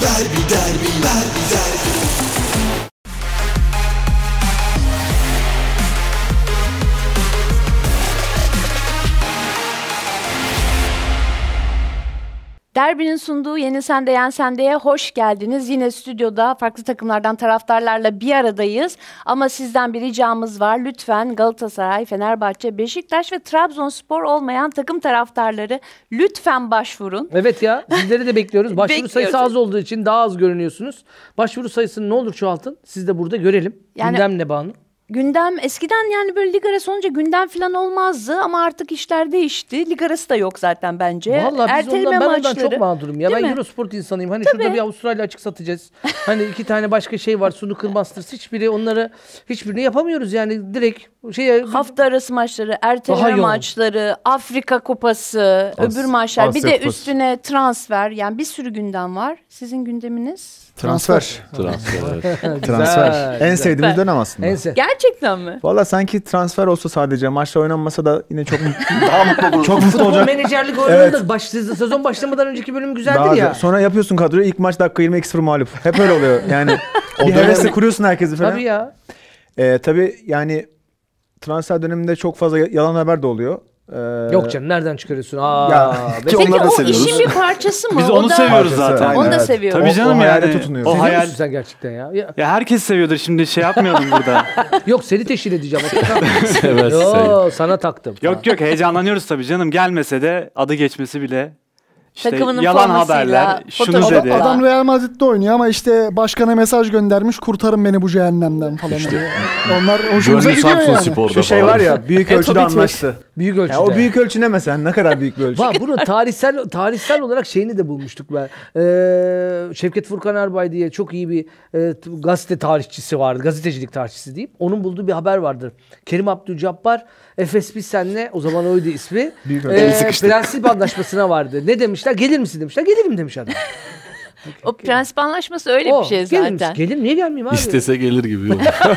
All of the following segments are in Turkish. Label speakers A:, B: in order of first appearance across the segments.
A: Derbinin sunduğu Yeni Sende Yen Sende'ye hoş geldiniz. Yine stüdyoda farklı takımlardan taraftarlarla bir aradayız. Ama sizden bir ricamız var. Lütfen Galatasaray, Fenerbahçe, Beşiktaş ve Trabzonspor olmayan takım taraftarları lütfen başvurun.
B: Evet ya, sizleri de bekliyoruz. Başvuru sayısı az olduğu için daha az görünüyorsunuz. Başvuru sayısını ne olur çoğaltın. Siz de burada görelim. Yani, gündem ne Banu?
A: Gündem eskiden yani böyle lig arası olunca gündem falan olmazdı ama artık işler değişti. Lig arası da yok zaten bence.
B: Vallahi ben ondan çok mağdurum ya. Ben Eurosport insanıyım. Hani şurada bir Avustralya açık satacağız. Hani 2 tane başka şey var. Snooker Masters. Hiçbirini yapamıyoruz yani direkt.
A: Hafta arası maçları, erteleme maçları, Afrika Kupası, öbür maçlar. Bir de üstüne transfer. Yani bir sürü gündem var. Sizin gündeminiz?
C: Transfer.
B: Güzel.
C: En sevdiğimiz dönem aslında.
A: Gerçekten mi?
C: Valla sanki transfer olsa sadece maçla oynanmasa da yine çok daha mutlu oluruz. Çok mutlu olacak.
B: Menajerlik oynanır. Sezon başlamadan önceki bölüm güzeldir ya.
C: Sonra yapıyorsun kadroyu, ilk maç dakika 20 2-0 mağlup. Hep öyle oluyor. Yani bir hevesle kuruyorsun herkesi falan.
B: Tabii ya.
C: Tabii yani transfer döneminde çok fazla yalan haber de oluyor.
B: Yok canım, nereden çıkarıyorsun?
A: Peki o işin bir parçası mı?
D: Biz onu seviyoruz zaten.
A: Onu da seviyoruz.
D: Tabii canım,
C: o hayale tutunuyor.
B: O hayal sen gerçekten ya.
D: Ya herkes seviyordur, şimdi yapmayalım burada.
B: Yok, seni teşhir edeceğim.
D: Evet.
B: Sana taktım.
D: Yok heyecanlanıyoruz tabii canım. Gelmese de adı geçmesi bile. İşte
A: takımının
D: yalan haberler, şunu dedi.
E: Adam Real Madrid'de oynuyor ama işte başkana mesaj göndermiş, kurtarın beni bu cehennemden falan. Onlar hoşumuza gidiyor yani.
C: Şu şey var ya, büyük ölçüde anlaştı.
B: Büyük ölçüde.
C: O büyük ölçü ne mesela? Ne kadar büyük bir ölçü?
B: Bunu tarihsel olarak şeyini de bulmuştuk ben. Şevket Furkan Erbay diye çok iyi bir gazete tarihçisi vardı. Gazetecilik tarihçisi deyip. Onun bulduğu bir haber vardır. Kerim Abdülcabbar, Efes Pilsen'le, o zaman oydu ismi. Prensip anlaşmasına vardı. Ne demişler? Gelir misin demişler. Gelirim demiş adam.
A: O prensip anlaşması öyle bir şey zaten.
B: Gelir, niye gelmeyeyim abi?
F: İstese gelir gibi.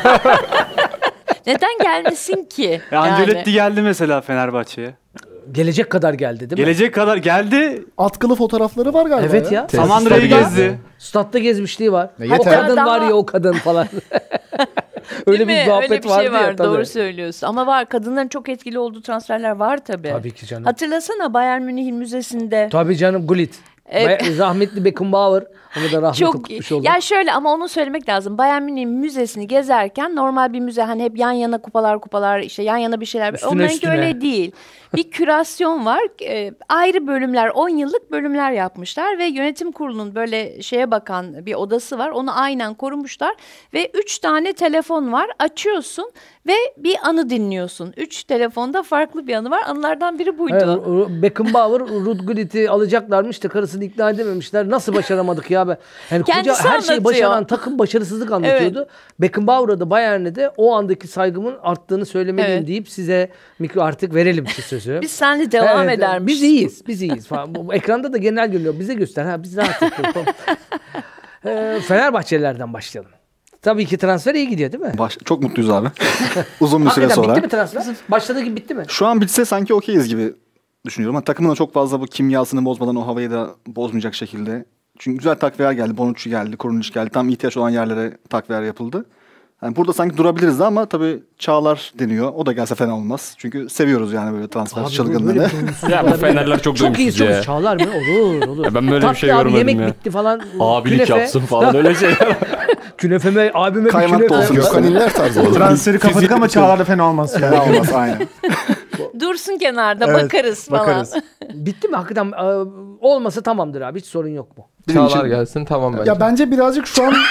A: Neden gelmesin ki?
D: Ancelotti geldi mesela Fenerbahçe'ye.
B: Gelecek kadar geldi değil mi?
D: Gelecek kadar geldi.
E: Atkılı fotoğrafları var galiba.
B: Evet ya.
D: Samandıra'yı gezdi.
B: Statta gezmişliği var. O
C: Yeter.
B: kadın var ya, o kadın falan. Öyle bir muhabbet vardı ya.
A: Var, doğru söylüyorsun. Ama var, kadınların çok etkili olduğu transferler var tabii.
B: Tabii ki canım.
A: Hatırlasana Bayern Münih'in müzesinde.
B: Tabii canım, Gullit. Rahmetli Beckenbauer. Onu da rahmetli tutmuş oldu.
A: Ya şöyle, ama onu söylemek lazım. Bayern Münih'in müzesini gezerken normal bir müze, hani hep yan yana kupalar işte yan yana bir şeyler. Onlarınki öyle değil. Bir kürasyon var. Ayrı bölümler, 10 yıllık bölümler yapmışlar ve yönetim kurulunun böyle şeye bakan bir odası var. Onu aynen korumuşlar ve 3 tane telefon var. Açıyorsun ve bir anı dinliyorsun. 3 telefonda farklı bir anı var. Anılardan biri buydu.
B: Beckenbauer, Ruud Gullit'i alacaklarmış da karısını ikna edememişler. Nasıl başaramadık ya be? Yani koca her şeyi başaran takım başarısızlık anlatıyordu. Evet. Beckenbauer'a da Bayern'e de o andaki saygımın arttığını söylemeliyim deyip size mikro artık verelim şu sözü.
A: Biz seninle devam edermişiz.
B: Biz iyiyiz falan. Bu ekranda da genel görünüyor. Bize göster. Biz rahat ediyoruz. Fenerbahçelilerden başlayalım. Tabii ki transfer iyi gidiyor değil mi?
F: Çok mutluyuz abi. Uzun bir süre sonra.
B: Bitti mi transfer? Başladığı gibi bitti mi?
F: Şu an bitse sanki okeyiz gibi düşünüyorum. Ama takımın da çok fazla bu kimyasını bozmadan, o havayı da bozmayacak şekilde. Çünkü güzel takviyeler geldi. Bonucci geldi, Korunic geldi. Tam ihtiyaç olan yerlere takviyeler yapıldı. Yani burada sanki durabiliriz de ama tabii Çağlar deniyor. O da gelse fena olmaz. Çünkü seviyoruz yani böyle transfer çılgınlığını.
G: Ya bu Fenerler çok
B: çok iyi,
G: ya.
B: Çağlar mı? Olur.
G: Ya ben böyle bir şey görmedim
B: yemek
G: ya.
B: bitti falan.
G: Abilik yapsın falan öyle şeyler.
B: Künefeme, abime bir
F: kaymak
B: künefe.
F: olsun.
C: Gökhaniller tarzı olur. Transferi kapadık ama Çağlar'da fena olmaz.
F: Fena olmaz aynen.
A: Dursun kenarda, bakarız falan.
B: Bitti mi? Hakikaten olmasa tamamdır abi. Hiç sorun yok mu?
G: Çağlar gelsin tamam bence.
E: Ya bence birazcık şu an...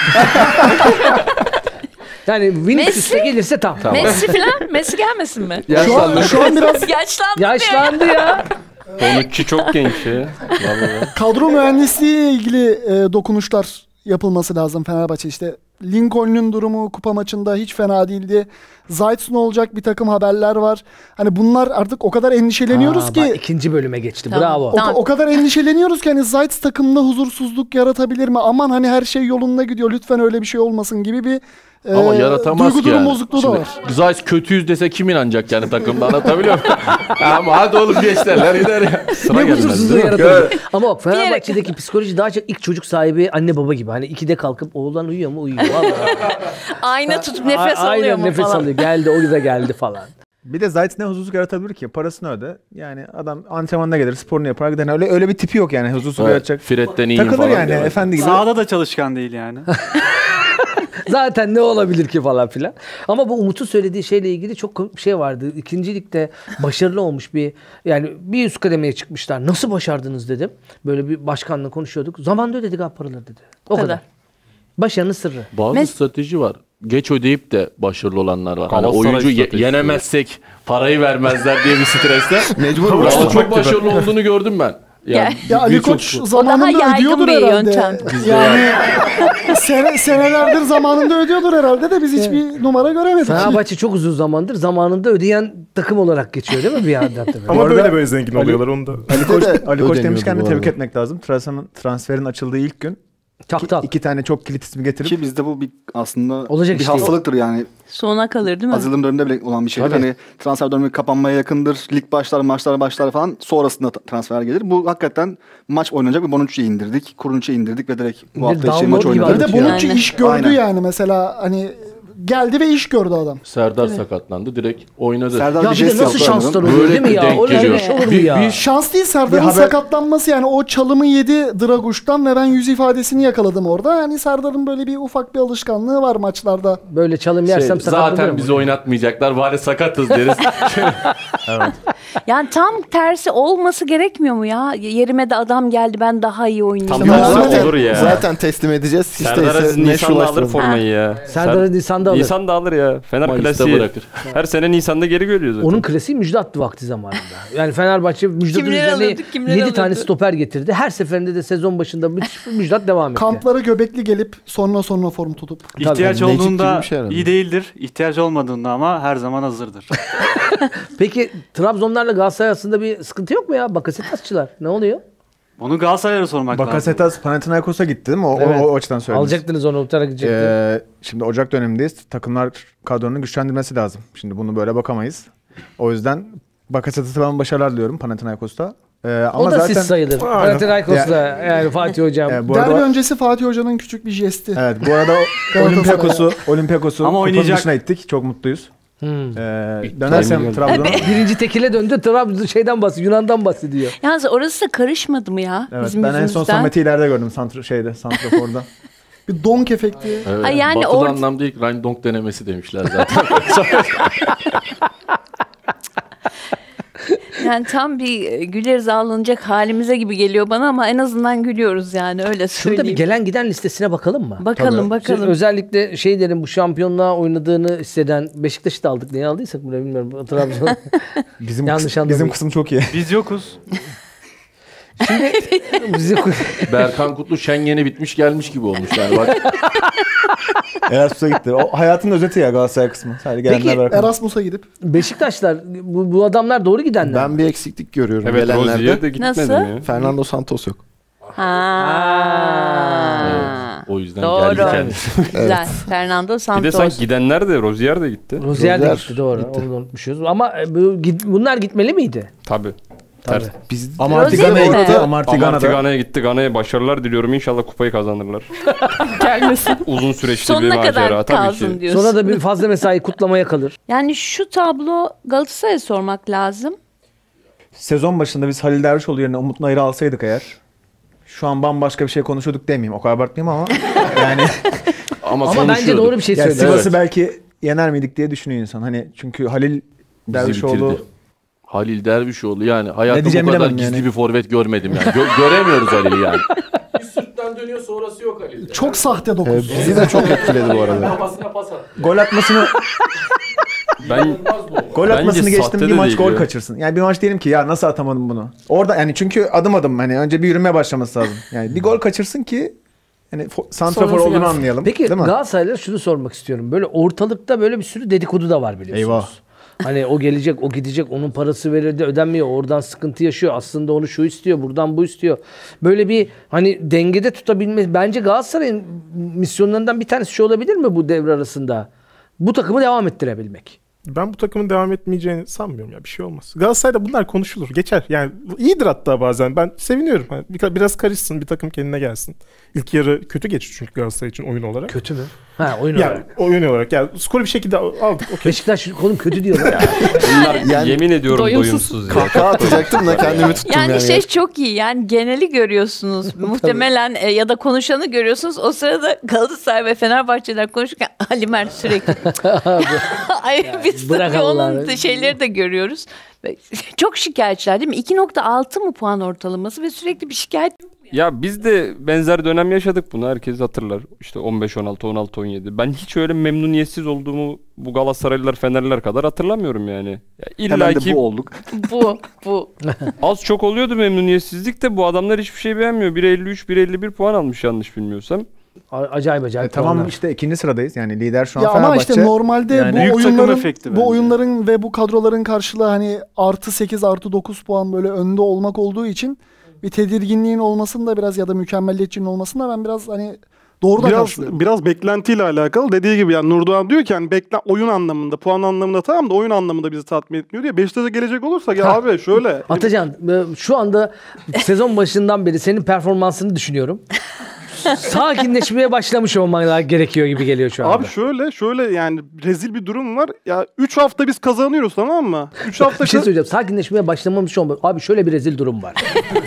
B: Yani Vinicius gelirse tamam.
A: Messi gelmesin mi?
E: Şu an biraz
B: yaşlandı ya.
G: Bonucci çok genç ya.
E: kadro mühendisliği ile ilgili dokunuşlar yapılması lazım Fenerbahçe. İşte Lincoln'un durumu kupa maçında hiç fena değildi. Zayt's ne olacak, bir takım haberler var. Hani bunlar artık o kadar endişeleniyoruz ki.
B: İkinci bölüme geçti.
A: Tamam.
B: Bravo.
E: O kadar endişeleniyoruz ki hani Zayt's takımda huzursuzluk yaratabilir mi? Aman hani her şey yolunda gidiyor, lütfen öyle bir şey olmasın gibi bir
G: Ama yaratamaz
E: duygu
G: ki
E: durum
G: yani.
E: bozukluğu da var.
G: Zayt kötüyüz dese kim inanacak yani takımda, anlatabiliyor muyum? Ama hadi oğlum geç derler gider ya. Sıra
B: Ne
G: gelmez
B: huzursuzluğu
G: değil mi?
B: yaratır. Ama bak Fenerbahçe'deki psikoloji daha çok ilk çocuk sahibi anne baba gibi. Hani 2'de kalkıp oğlan uyuyor mu? Uyuyor. Vallahi.
A: Ayna tutup nefes alıyor
B: Aynen
A: mu
B: nefes
A: falan.
B: alıyor. Geldi o da geldi falan.
C: Bir de Zayt ne huzursuzluk yaratabilir ki? Parasını öde. Yani adam antrenmanına gelir, sporunu yapar gider. Öyle bir tipi yok yani huzursuzluk yaratacak.
G: Fred'den iyiyim
C: Takılır
G: falan.
C: yani
G: diyemez.
C: efendi gibi.
D: Sahada da çalışkan değil yani.
B: Zaten ne olabilir ki falan filan. Ama bu Umut'un söylediği şeyle ilgili çok komik bir şey vardı. İkinci ligde başarılı olmuş yani bir üst kademeye çıkmışlar. Nasıl başardınız dedim. Böyle bir başkanla konuşuyorduk. Zamanında ödedik abi paraları dedi. O kadar. Başarının sırrı.
G: Bazı strateji var. Geç ödeyip de başarılı olanlar var. Hani
H: Galatasaray
G: oyuncu
H: stratejisi.
G: yenemezsek parayı vermezler diye bir stresle.
H: Mecbur
G: Ama
H: bırakmak
G: çok başarılı olduğunu gördüm ben. Yani
E: Ya Ali
G: birçok
E: Koç
G: futbol-
E: zamanında
A: O daha yaygın
E: ödüyordur
A: bir
E: herhalde.
A: yöntem.
E: Yani senelerdir zamanında ödüyordur herhalde de biz hiçbir numara göremedik.
B: Fenerbahçe çok uzun zamandır zamanında ödeyen takım olarak geçiyor değil mi bir yandan tabii?
C: Ama
H: Böyle zengin oluyorlar onu da.
C: Ali Koç demişken de
H: bu
C: tebrik
H: arada.
C: etmek lazım. Transferin açıldığı ilk gün
B: Çaktal.
C: 2 tane çok kilit ismi getirip
F: Ki bizde bu aslında
B: Olacak
F: bir
B: iş değil.
F: hastalıktır yani.
A: Sona kalır değil mi?
F: Hazırlığın döneminde bile olan bir şeydir.
B: Tabii.
F: Hani transfer dönemi kapanmaya yakındır. Lig başlar, maçlar başlar falan. Sonrasında transfer gelir. Bu hakikaten maç oynanacak ve Bonucci'yi indirdik. Kurunić'i indirdik ve direkt bu hafta içi maç
B: download gibi
F: oynadık.
E: Bir de Bonucci
A: Yani.
E: iş gördü
F: Aynen.
E: yani mesela hani geldi ve iş gördü adam.
G: Serdar sakatlandı, direkt oynadı.
F: Serdar
B: Ya bir de
F: jest
B: nasıl
F: yaptı
B: şanslar
F: oynadı.
B: oluyor değil mi ya?
G: denk
B: Öyle
G: geliyor.
B: bir şey olur mu ya?
E: Şans değil Serdar'ın
C: Bir haber-
E: sakatlanması yani o çalımı yedi Draguş'tan ve ben yüz ifadesini yakaladım orada. Yani Serdar'ın böyle bir ufak bir alışkanlığı var maçlarda.
B: Böyle çalım yersem sakatlanırım.
G: zaten bizi oynatmayacaklar, bari sakatız deriz.
A: Yani tam tersi olması gerekmiyor mu ya? Yerime de adam geldi, ben daha iyi oynayacağım.
H: Tam
E: Ya
H: zaten,
E: olur
G: ya.
H: zaten teslim edeceğiz.
G: Serdar'a
H: İşte
G: Nisan'da alır
H: meşrulaştıralım.
G: formayı ya.
B: Serdar'ı Nisan'da alır.
G: Nisan'da alır ya. Fener
C: Mayıs'ta
G: klasiği.
C: bırakır.
G: Her sene Nisan'da geri görüyor zaten.
B: Onun klasiği Müjdat vakti zamanında. Yani Fenerbahçe Müjdat'ın
A: Kimleri
B: üzerine
A: alırdı, kimleri
B: 7 tane
A: alırdı?
B: stoper getirdi. Her seferinde de sezon başında Müjdat devam etti.
E: Kamplara göbekli gelip sonra form tutup.
D: İhtiyaç
H: Necip gibi
D: olduğunda
H: bir şey herhalde.
D: iyi değildir. İhtiyaç olmadığında ama her zaman hazırdır.
B: Peki Trabzonlarla Galatasaray arasında bir sıkıntı yok mu ya? Bakasetasçılar. Ne oluyor?
D: Onu Galatasaray'a sormak lazım.
C: Bakasetas Panathinaikos'a gitti değil mi?
B: Evet.
C: O açıdan söylediniz.
B: Alacaktınız onu, Utar'a gidecekti.
C: Şimdi Ocak dönemindeyiz. Takımlar kadronunu güçlendirmesi lazım. Şimdi bunu böyle bakamayız. O yüzden Bakasetas'a ben başarılar diliyorum Panathinaikos'ta. Ama
B: O da
C: zaten
B: siz sayılır. Panathinaikos'la yani Fatih Hocam.
C: Bu
E: Derbi
C: arada,
E: öncesi Fatih Hoca'nın küçük bir jesti.
C: evet, bu arada Olympiakos'u
D: Ama
C: kupanın
D: oynayacak.
C: dışına ittik. Çok mutluyuz. Dönersem Trabzon'a.
B: Birinci tekile döndü. Trabzon şeyden bahsediyor. Yunan'dan bahsediyor.
A: Yalnız orası da karışmadı mı ya?
C: Evet,
A: Bizim
C: ben en son
A: yüzümüzden.
C: Samet'i ileride gördüm santraforda.
E: Bir donk efekti.
G: Evet,
A: Ay yani
G: batılı
A: or-
G: anlamda ilk Rindonk denemesi demişler zaten.
A: Yani tam bir güleriz ağlanacak halimize gibi geliyor bana ama en azından gülüyoruz yani öyle
B: Şurada
A: söyleyeyim.
B: bir gelen giden listesine bakalım mı?
A: Bakalım bakalım.
B: Özellikle şeylerin bu şampiyonluğa oynadığını hisseden Beşiktaş'ı da aldık. Neyi aldıysak buraya bilmiyorum. Trabzon.
C: Bizim
B: Yanlış
C: bizim
B: anlamayın.
C: kısım çok iyi.
D: Biz yokuz.
B: Bizi
G: Berkan Kutlu Şengen'i bitmiş gelmiş gibi olmuş yani. Bak,
C: Erasmus'a gitti. O hayatın özeti ya Galatasaray kısmı. Sadece gelenler
B: Peki,
C: bırakalım.
E: Erasmus'a gidip.
B: Beşiktaşlar bu adamlar doğru gidenler.
H: Ben bir eksiklik görüyorum
G: evet, Rozier
H: gelenlerde.
G: de gitmedi
A: Nasıl?
G: mi?
H: Fernando Santos yok.
A: Ha.
G: O yüzden
A: Doğru.
G: geldi kendisi.
A: Güzel. Fernando
G: Bir de
A: Santos.
G: sanki gidenler de Rozier de gitti.
B: Rozier de
H: Rozier
B: gitti doğru.
H: gitti.
B: Onu unutmuşuz. Ama bunlar gitmeli miydi?
G: Tabii.
B: Tabii.
H: Biz
C: Amartigana'ya
A: Rozier mi?
C: gitti. Amartigana'da.
G: Gana'ya gitti. Gana'ya başarılar diliyorum. İnşallah kupayı kazanırlar.
A: Gelmesin.
G: Uzun süreçli bir
A: Sonuna
G: macera
A: kadar
G: tabii
A: kalsın
G: ki.
A: diyorsun.
B: Sonra da bir fazla mesai kutlamaya kalır.
A: Yani şu tablo Galatasaray'a sormak lazım.
C: Sezon başında biz Halil Dervişoğlu yerine Umut Nayır'ı alsaydık eğer şu an bambaşka bir şey konuşuyorduk demeyeyim. O kadar abartmayayım ama yani
G: Ama
B: Ama bence
G: konuşuyorduk.
B: doğru bir şey
C: yani
B: söyledi.
C: Sivas'ı
G: Evet.
C: belki yener miydik diye düşünüyor insan. Hani çünkü Halil
G: Bizi
C: Dervişoğlu
G: bitirdi. Halil Dervişoğlu yani hayatımda bu
C: diyeceğimi
G: kadar
C: bilemedim
G: gizli
C: yani.
G: bir forvet görmedim yani. Göremiyoruz Halil'i yani. Bir sırttan dönüyor sonrası yok Halil'de.
E: Çok sahte dokuz.
H: bizi de çok etkiledi bu arada.
G: Kafasına pas attı.
C: gol atmasını gol
G: Bence
C: atmasını
G: sahte
C: geçtim
G: de
C: bir maç
G: değil
C: gol
G: ya.
C: kaçırsın. Yani bir maç diyelim ki ya nasıl atamadım bunu. Orada yani çünkü adım adım hani önce bir yürümeye başlaması lazım. Yani bir gol kaçırsın ki hani santrafor
A: Sonrası
C: olduğunu
A: gelsin.
C: anlayalım.
B: Peki
C: değil mi?
B: Galatasaraylılara şunu sormak istiyorum. Böyle ortalıkta böyle bir sürü dedikodu da var biliyorsunuz.
C: Eyvah.
B: Hani o gelecek, o gidecek, onun parası verildi, ödenmiyor. Oradan sıkıntı yaşıyor. Aslında onu şu istiyor, buradan bu istiyor. Böyle bir hani dengede tutabilme. Bence Galatasaray'ın misyonlarından bir tanesi şu olabilir mi bu devre arasında? Bu takımı devam ettirebilmek.
I: Ben bu takımın devam etmeyeceğini sanmıyorum ya. Bir şey olmaz. Galatasaray'da bunlar konuşulur. Geçer. Yani iyidir hatta bazen. Ben seviniyorum. Yani biraz karışsın. Bir takım kendine gelsin. İlk yarı kötü geçti çünkü Galatasaray için oyun olarak.
B: Kötü mü? Ha, oyun
I: Yani
B: olarak.
I: oyun olarak. Yani skoru bir şekilde aldık. Okay.
B: Beşiktaş oğlum kötü diyor ya.
G: Bunlar
H: Yani
G: yemin ediyorum
J: doyumsuz.
G: doyumsuz ya.
H: Kahkaha atacaktım da kendimi tuttum
A: Yani
H: yani.
A: şey çok iyi. Yani geneli görüyorsunuz. Muhtemelen ya da konuşanı görüyorsunuz. O sırada Galatasaray ve Fenerbahçe'ler konuşurken Ali Mert sürekli. Ay, biz
B: bırak
A: tabii onun
B: Allah'ını.
A: şeyleri de görüyoruz. Çok şikayetçiler değil mi? 2.6 mı puan ortalaması ve sürekli bir şikayet.
J: Ya biz de benzer dönem yaşadık bunu. Herkes hatırlar. İşte 15, 16, 16, 17. Ben hiç öyle memnuniyetsiz olduğumu bu Galatasaraylılar, Fenerliler kadar hatırlamıyorum yani. Ya
F: Hemen
J: İlla
F: de
J: ki
F: bu olduk.
A: Bu.
J: az çok oluyordu memnuniyetsizlik de bu adamlar hiçbir şey beğenmiyor. 1.53, 1.51 puan almış yanlış bilmiyorsam.
B: Acayip.
C: Tamam
B: puanlar.
C: işte ikinci sıradayız. Yani lider şu an
E: Ya ama
C: Fenerbahçe.
E: işte normalde
D: Yani büyük
E: bu
D: takım
E: oyunların
D: efekti bence.
E: bu oyunların ve bu kadroların karşılığı hani +8 +9 puan böyle önde olmak olduğu için bir tedirginliğin olmasını da biraz ya da mükemmelliyetçinin olmasını da ben biraz hani doğru da karşılıyorum.
I: Biraz beklentiyle alakalı. Dediği gibi yani Nurdoğan diyor ki hani oyun anlamında, puan anlamında tamam da oyun anlamında bizi tatmin etmiyor diye. Beşiktaş'a gelecek olursak ya abi şöyle.
B: Atacan, şu anda sezon başından beri senin performansını düşünüyorum. Sakinleşmeye başlamış olman gerekiyor gibi geliyor şu anda.
I: Abi şöyle yani rezil bir durum var. Ya 3 hafta biz kazanıyoruz tamam mı? 3 hafta
B: Bir şey söyleyeceğim. Sakinleşmeye başlamamış olmak. Abi şöyle bir rezil durum var.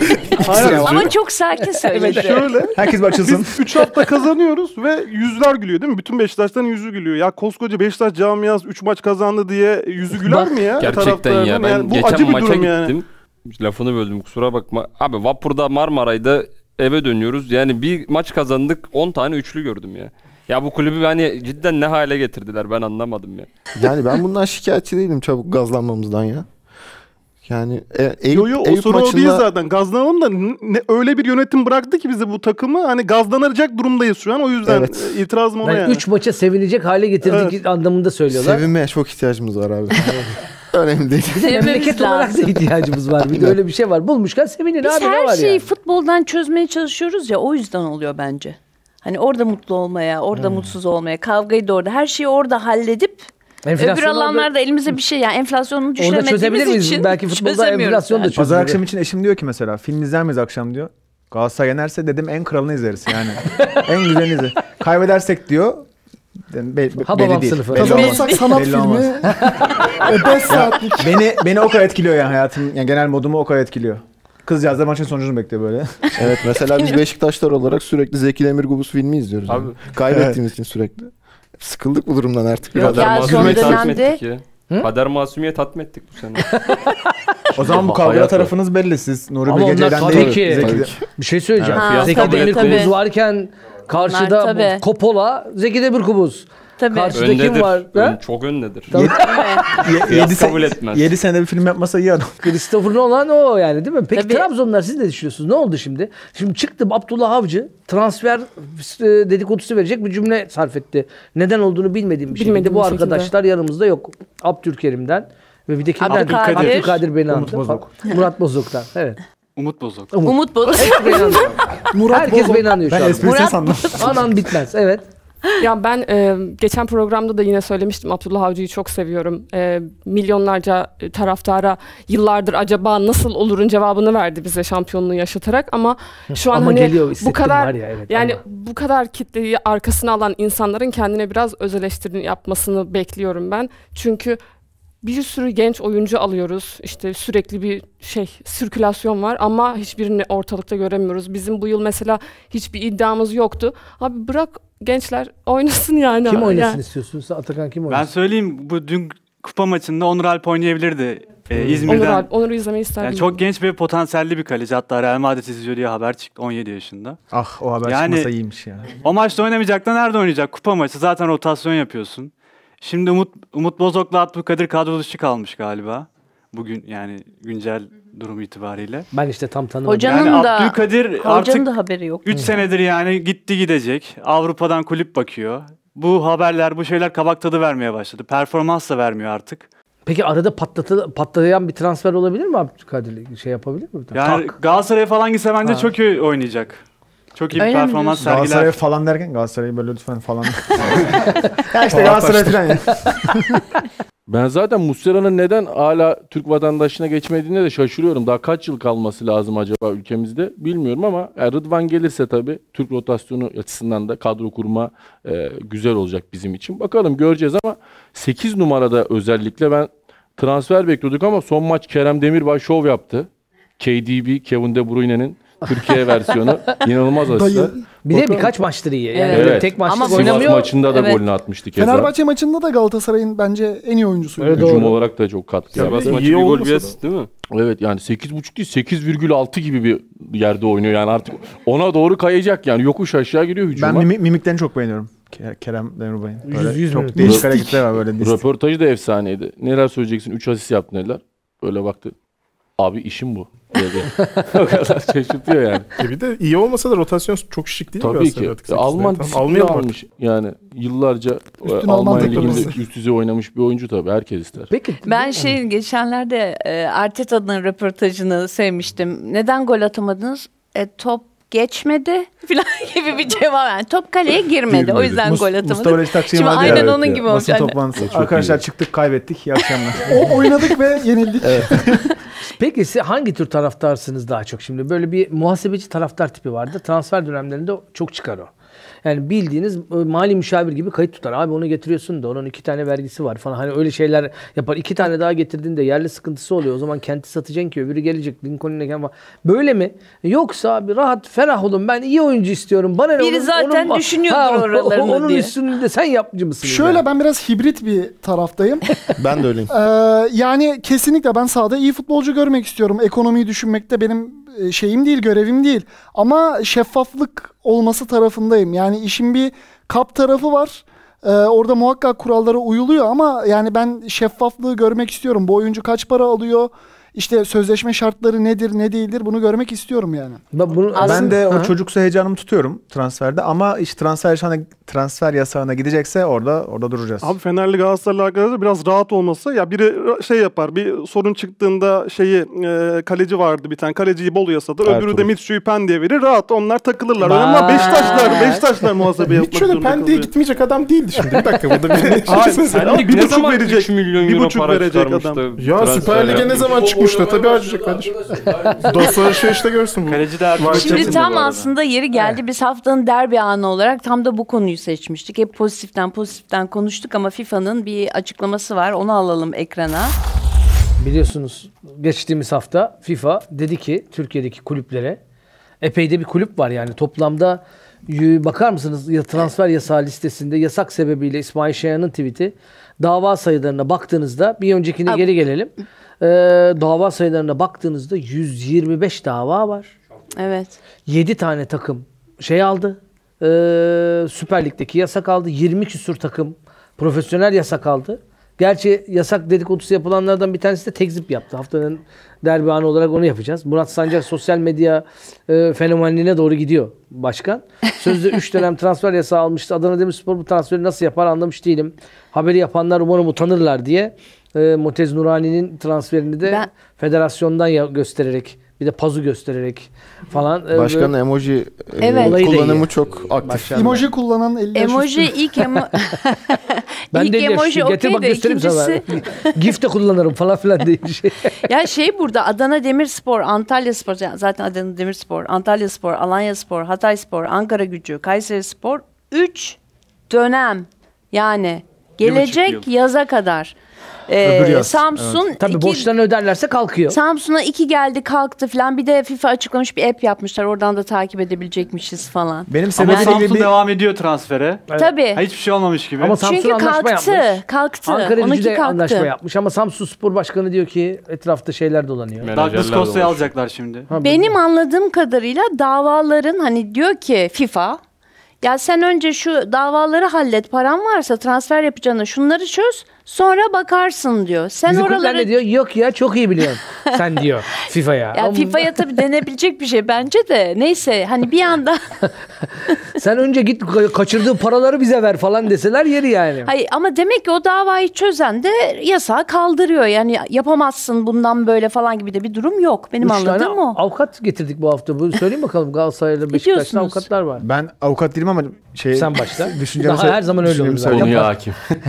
A: Ama çok sakin söyledi.
I: şöyle.
C: Herkes bir açılsın.
I: Biz 3 hafta kazanıyoruz ve yüzler gülüyor değil mi? Bütün Beşiktaş'tan yüzü gülüyor. Ya koskoca Beşiktaş camiası 3 maç kazandı diye yüzü güler mi ya?
J: Gerçekten ya.
I: Taraftarın?
J: Ben
I: Yani bu
J: geçen
I: acı bir
J: maça
I: durum
J: gittim. Lafını böldüm kusura bakma. Abi vapurda Marmaray'da eve dönüyoruz. Yani bir maç kazandık 10 tane üçlü gördüm ya. Ya bu kulübü hani cidden ne hale getirdiler ben anlamadım ya.
H: Yani ben bundan şikayetçi değilim çabuk gazlanmamızdan ya. Yani
I: Yo o
H: Eyüp
I: sorun o değil
H: maçında
I: zaten. Gazlanalım da öyle bir yönetim bıraktı ki bize bu takımı hani gazlanacak durumdayız şu an. O yüzden
H: Evet.
I: itirazım ona
B: Yani
I: yani.
B: 3 maça sevinecek hale getirdik anlamında söylüyorlar.
H: sevinmeye çok ihtiyacımız var abi. Önemli değil.
B: Memleket olarak da ihtiyacımız var. Bir de öyle bir şey var. Bulmuşken sevinin
A: Biz
B: abi ne
A: her
B: var
A: şeyi
B: yani.
A: futboldan çözmeye çalışıyoruz ya, o yüzden oluyor bence. Hani orada mutlu olmaya, orada mutsuz olmaya, kavgayı da orada, her şeyi orada halledip öbür alanlarda elimize bir şey yani enflasyonu
B: orada
A: düşüremediğimiz
B: çözebilir miyiz?
A: için
B: Belki futbolda
A: çözemiyoruz
B: enflasyon da
A: yani.
B: çözülür.
C: Pazar akşam için eşim diyor ki mesela film izler miyiz akşam diyor. Galatasaray yenerse dedim en kralını izleriz yani. En güzelini izleriz. Kaybedersek diyor.
B: Hababam
C: Belli
B: sınıfı.
C: değil. Belli olmaz.
E: Kazanırsak sanat
C: Belli olmaz.
E: filmi 5 saatlik.
C: Beni o kadar etkiliyor yani hayatım. Yani genel modumu o kadar etkiliyor. Kızcağız da maçın sonucunu bekliyor böyle.
H: Evet mesela biz Beşiktaşlar olarak sürekli Zeki Demirkubuz filmi izliyoruz.
J: Abi.
H: Yani. Kaybettiğimiz için sürekli. Sıkıldık bu durumdan artık.
A: Yok
H: Biraz.
A: ya, son
J: Masumiyet tatmin
A: dönemde-
J: ettik ya. Kader Masumiyet tatmin ettik bu sene.
C: O zaman bu kavga
J: Hayat
C: tarafınız belli. Siz Nuri
B: Ama
C: Bilge
B: onlar
C: Ceylan
B: tabii
C: değil.
B: ki.
C: Zeki de-
B: Bir şey söyleyeceğim.
J: Ha,
B: Zeki
J: tabii,
B: Demirkubuz
A: tabii.
B: varken karşıda
A: Onlar tabii.
B: Coppola, Zeki Demirkubuz.
A: Tabii.
B: Karşıda kim
J: Öndedir.
B: var? Ha?
J: Çok öndedir.
B: Tabii.
J: Kıyas kabul etmez.
C: 7 senede bir film yapmasa iyi adam.
B: Christopher Nolan o yani değil mi? Peki
A: Tabii.
B: Trabzonlar siz ne düşünüyorsunuz? Ne oldu şimdi? Şimdi çıktı Abdullah Avcı transfer dedikodusu verecek bir cümle sarf etti. Neden olduğunu bilmediğim bir şekilde. Bu
J: şekilde.
B: arkadaşlar yanımızda yok. Abdülkerim'den ve bir de kimden?
A: Abdülkadir.
B: Abdülkadir beni
C: Umut
B: andı.
C: Bozok.
B: Murat Bozok'tan. Evet.
D: Umut Bozok.
A: Umut Bozok.
B: Hepsi beni anlıyor. Herkes beni anlıyor şu
C: Ben
B: anda.
C: esprisine sandım.
B: Anan bitmez. Evet.
K: Ya ben geçen programda da yine söylemiştim, Abdullah Avcı'yı çok seviyorum. Milyonlarca taraftara yıllardır acaba nasıl olurun cevabını verdi bize şampiyonluğu yaşatarak, ama şu an
B: Ama
K: hani
B: geliyor,
K: bu
B: hissettim
K: kadar
B: var ya, evet,
K: yani
B: ama.
K: bu kadar kitleyi arkasına alan insanların kendine biraz öz eleştiri yapmasını bekliyorum ben. Çünkü bir sürü genç oyuncu alıyoruz. İşte sürekli bir sirkülasyon var ama hiçbirini ortalıkta göremiyoruz. Bizim bu yıl mesela hiçbir iddiamız yoktu. Abi bırak gençler oynasın yani.
B: Kim oynasın
K: Yani
B: istiyorsunuz? Atakan kim
D: Ben
B: oynasın?
D: söyleyeyim, bu dün kupa maçında Onur Alp oynayabilirdi. İzmir'den.
K: Onur'u izlemeyi isterdim.
D: Yani çok genç ve potansiyelli bir kaleci. Hatta Real Madrid izliyor diye haber çıktı 17 yaşında.
C: Ah o haber
D: Yani-
C: çıkmasa iyiymiş ya.
D: O maçta oynamayacak da nerede oynayacak? Kupa maçı. Zaten rotasyon yapıyorsun. Şimdi Umut Bozok'la Abdülkadir kadro dışı kalmış galiba. Bugün yani güncel durum itibariyle.
B: Ben işte tam tanımadım.
A: Hocanın
D: Yani
A: da
D: Abdülkadir
A: hocanın
D: artık
A: da haberi yok.
D: 3 senedir yani gitti gidecek. Avrupa'dan kulüp bakıyor. Bu haberler, bu şeyler kabak tadı vermeye başladı. Performans da vermiyor artık.
B: Peki arada patlayan bir transfer olabilir mi Abdülkadir? Şey yapabilir mi?
D: Yani Galatasaray'a falan gitse bence çok iyi oynayacak. Çok iyi bir performans sergiler.
C: Galatasaray falan derken Galatasaray'ı böyle lütfen falan. Ya işte Galatasaray falan ya.
G: Ben zaten Muslera'nın neden hala Türk vatandaşına geçmediğine de şaşırıyorum. Daha kaç yıl kalması lazım acaba ülkemizde bilmiyorum ama Rıdvan gelirse tabii Türk rotasyonu açısından da kadro kurma güzel olacak bizim için. Bakalım göreceğiz ama 8 numarada özellikle ben transfer bekliyorduk ama son maç Kerem Demirbay şov yaptı. KDB, Kevin De Bruyne'nin Türkiye versiyonu inanılmaz aslında.
B: Bir de birkaç maçtır iyi. Yani
G: evet.
B: Tek maçta
G: Sivas
B: oynamıyor.
G: maçında da golünü atmıştı keza.
E: Fenerbahçe maçında da Galatasaray'ın bence en iyi oyuncusuydu.
G: Evet, hücum olarak da çok katkı
J: yaptı. Sivas maçı bir gol bir asist değil mi?
G: Evet yani 8.5 değil 8,6 gibi bir yerde oynuyor yani artık ona doğru kayacak yani yokuş aşağı gidiyor hücuma.
C: Ben mimiklerini çok beğeniyorum. Kerem Demirbay'ın.
B: Yüz
C: çok değişik hareketler var böyle.
G: Röportajı da efsaneydi. Neler söyleyeceksin? 3 asist yaptı neler? Böyle baktı. Abi işim bu. O kadar şaşırtıyor yani.
I: Bir de iyi olmasa da rotasyon çok şık değil mi?
G: Tabii ki. Alman disiplini almış. Yani yıllarca Almanya Ligi'nde üst düzey oynamış bir oyuncu tabii. Herkes ister.
A: Peki, ben geçenlerde Arteta'nın röportajını sevmiştim. Neden gol atamadınız? Top geçmedi falan gibi bir cevap. Yani top kaleye girmedi. O yüzden gol atamadık. Şimdi aynen onun gibi olmuş.
C: Basın toplantısı. Arkadaşlar çıktık kaybettik. İyi akşamlar.
E: Oynadık ve yenildik.
B: Peki siz hangi tür taraftarsınız daha çok şimdi? Böyle bir muhasebeci taraftar tipi vardı. Transfer dönemlerinde çok çıkar o. Yani bildiğiniz mali müşavir gibi kayıt tutar. Abi onu getiriyorsun da onun 2 tane vergisi var falan. Hani öyle şeyler yapar. 2 tane daha getirdiğinde yerli sıkıntısı oluyor. O zaman kenti satacaksın ki öbürü gelecek. Lincoln'e falan. Böyle mi? Yoksa abi rahat ferah olun. Ben iyi oyuncu istiyorum. Bana
A: biri zaten düşünüyordur oralarını
B: onun
A: diye.
B: Üstünde sen yapıcı mısın?
E: Şöyle yani? Ben biraz hibrit bir taraftayım.
H: Ben de öyleyim.
E: Yani kesinlikle ben sahada iyi futbolcu görmek istiyorum. Ekonomiyi düşünmekte benim şeyim değil, görevim değil. Ama şeffaflık olması tarafındayım. Yani işin bir kap tarafı var. Orada muhakkak kurallara uyuluyor ama yani ben şeffaflığı görmek istiyorum. Bu oyuncu kaç para alıyor? İşte sözleşme şartları nedir, ne değildir bunu görmek istiyorum yani.
C: Ben de o çocuksu heyecanımı tutuyorum transferde ama iş transfer yasağına gidecekse orada duracağız.
I: Abi Fenerli Galatasaraylı arkadaşlar biraz rahat olması ya biri şey yapar bir sorun çıktığında kaleci vardı bir tane kaleciyi Bolu yasadır öbürü de Mitsu'yu Pendik'e verir rahat onlar takılırlar. Ama Beşiktaşlar muhasebe yapmak zorunda kalıyor. Pendik'e gitmeyecek adam değildi şimdi bir dakika burada bir
J: Pendik ne zaman 3 milyon euro para
I: verecek adam. Ya Süper Lig'e ne zaman çıkmıştı tabii harcayacak kardeşim. Dostlar işte görsün.
D: Kaleci de
A: şimdi tam aslında yeri geldi biz haftanın derbi anı olarak tam da bu konuyu seçmiştik. Hep pozitiften konuştuk ama FIFA'nın bir açıklaması var. Onu alalım ekrana.
B: Biliyorsunuz geçtiğimiz hafta FIFA dedi ki Türkiye'deki kulüplere epey de bir kulüp var yani toplamda bakar mısınız transfer yasağı listesinde yasak sebebiyle İsmail Şayan'ın tweet'i dava sayılarına baktığınızda bir öncekine geri gelelim. Dava sayılarına baktığınızda 125 dava var.
A: Evet.
B: 7 tane takım aldı. Süper Lig'deki yasak aldı. 20 küsur takım profesyonel yasak aldı. Gerçi yasak dedikodusu yapılanlardan bir tanesi de tekzip yaptı. Haftanın derbi anı olarak onu yapacağız. Murat Sancak sosyal medya fenomenliğine doğru gidiyor başkan. Sözde 3 dönem transfer yasağı almıştı. Adana Demirspor bu transferi nasıl yapar anlamış değilim. Haberi yapanlar umarım utanırlar diye Motez Nurani'nin transferini de federasyondan göstererek bir de pazu göstererek falan.
H: Başkanın emoji kullanımı çok aktif.
E: Emoji kullanan 50 yaş
A: emoji ilk
B: ben de emoji getir bak göstereyim sana. GIF de kullanırım falan filan diye bir şey.
A: Ya burada Adana Demirspor, Antalyaspor zaten Adana Demirspor, Antalyaspor, Alanyaspor, Hatayspor, Ankaragücü, Kayserispor 3 dönem yani gelecek yaza kadar. Samsun
B: evet. Tabii borçlarını öderlerse kalkıyor.
A: Samsun'a 2 geldi kalktı falan. Bir de FIFA açıklamış bir app yapmışlar. Oradan da takip edebilecekmişiz falan.
D: Ama Samsun devam ediyor transfere.
A: Tabii.
D: Hiçbir şey olmamış gibi.
B: Ama Samsun
A: çünkü kalktı.
B: Ankara Gücü de anlaşma yapmış. Ama Samsun Spor Başkanı diyor ki etrafta şeyler dolanıyor.
D: Douglas Costa'yı alacaklar şimdi.
A: Benim anladığım kadarıyla davaların hani diyor ki FIFA ya sen önce şu davaları hallet paran varsa transfer yapacağına şunları çöz Sonra bakarsın diyor. Sen
B: Bizim
A: oraları...
B: kulüpler ne diyor? Yok ya çok iyi biliyorsun sen diyor FIFA'ya.
A: Ya FIFA'ya tabii denebilecek bir şey bence de. Neyse hani bir anda...
B: Sen önce git kaçırdığı paraları bize ver falan deseler yeri yani.
A: Hayır ama demek ki o davayı çözen de yasağı kaldırıyor. Yani yapamazsın bundan böyle falan gibi de bir durum yok. Benim anladığım o.
B: Avukat getirdik bu hafta. Bu söyleyeyim bakalım Galatasaray'la Beşiktaş'ta avukatlar var.
C: Ben avukat değilim ama
B: sen başla.
C: Daha
B: her zaman öyle olur.
G: Konuya hakim.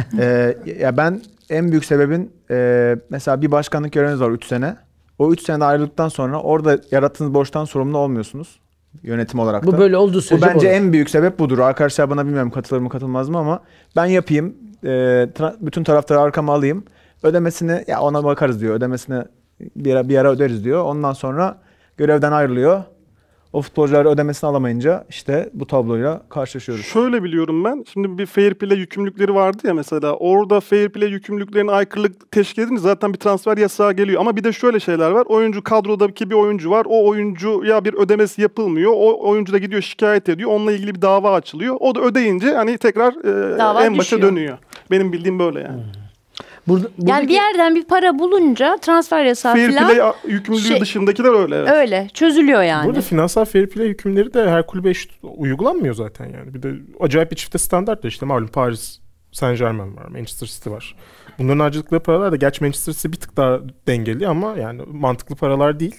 C: Ya ben en büyük sebebin mesela bir başkanlık göreviniz var 3 sene. O 3 senede ayrıldıktan sonra orada yarattığınız borçtan sorumlu olmuyorsunuz. Yönetim olarak da.
B: Bu böyle olduğu sürece
C: bu bence
B: olur.
C: en büyük sebep budur. Arkadaşlar bana bilmiyorum katılır mı katılmaz mı ama ben yapayım. Bütün taraftarı arkama alayım. Ödemesini ya ona bakarız diyor. Ödemesini bir ara öderiz diyor. Ondan sonra görevden ayrılıyor. O futbolcular ödemesini alamayınca işte bu tabloyla karşılaşıyoruz.
I: Şöyle biliyorum ben. Şimdi bir fair play yükümlülükleri vardı ya mesela. Orada fair play yükümlülüklerine aykırılık teşkil edince zaten bir transfer yasağı geliyor. Ama bir de şöyle şeyler var. Oyuncu kadrodaki bir oyuncu var. O oyuncuya bir ödemesi yapılmıyor. O oyuncu da gidiyor şikayet ediyor. Onunla ilgili bir dava açılıyor. O da ödeyince hani tekrar en başa dönüyor. Benim bildiğim böyle yani.
A: Yani bir yerden bir para bulunca transfer yasağı
I: fair
A: falan...
I: play yükümlülüğü dışındakiler öyle. Evet.
A: Öyle çözülüyor yani.
I: Burada finansal fair play yükümlülükleri de her kulübe eşit uygulanmıyor zaten yani. Bir de acayip bir çifte standart da işte malum Paris Saint-Germain var, Manchester City var. Bunların harcadıkları paralar da gerçi Manchester City bir tık daha dengeli ama yani mantıklı paralar değil.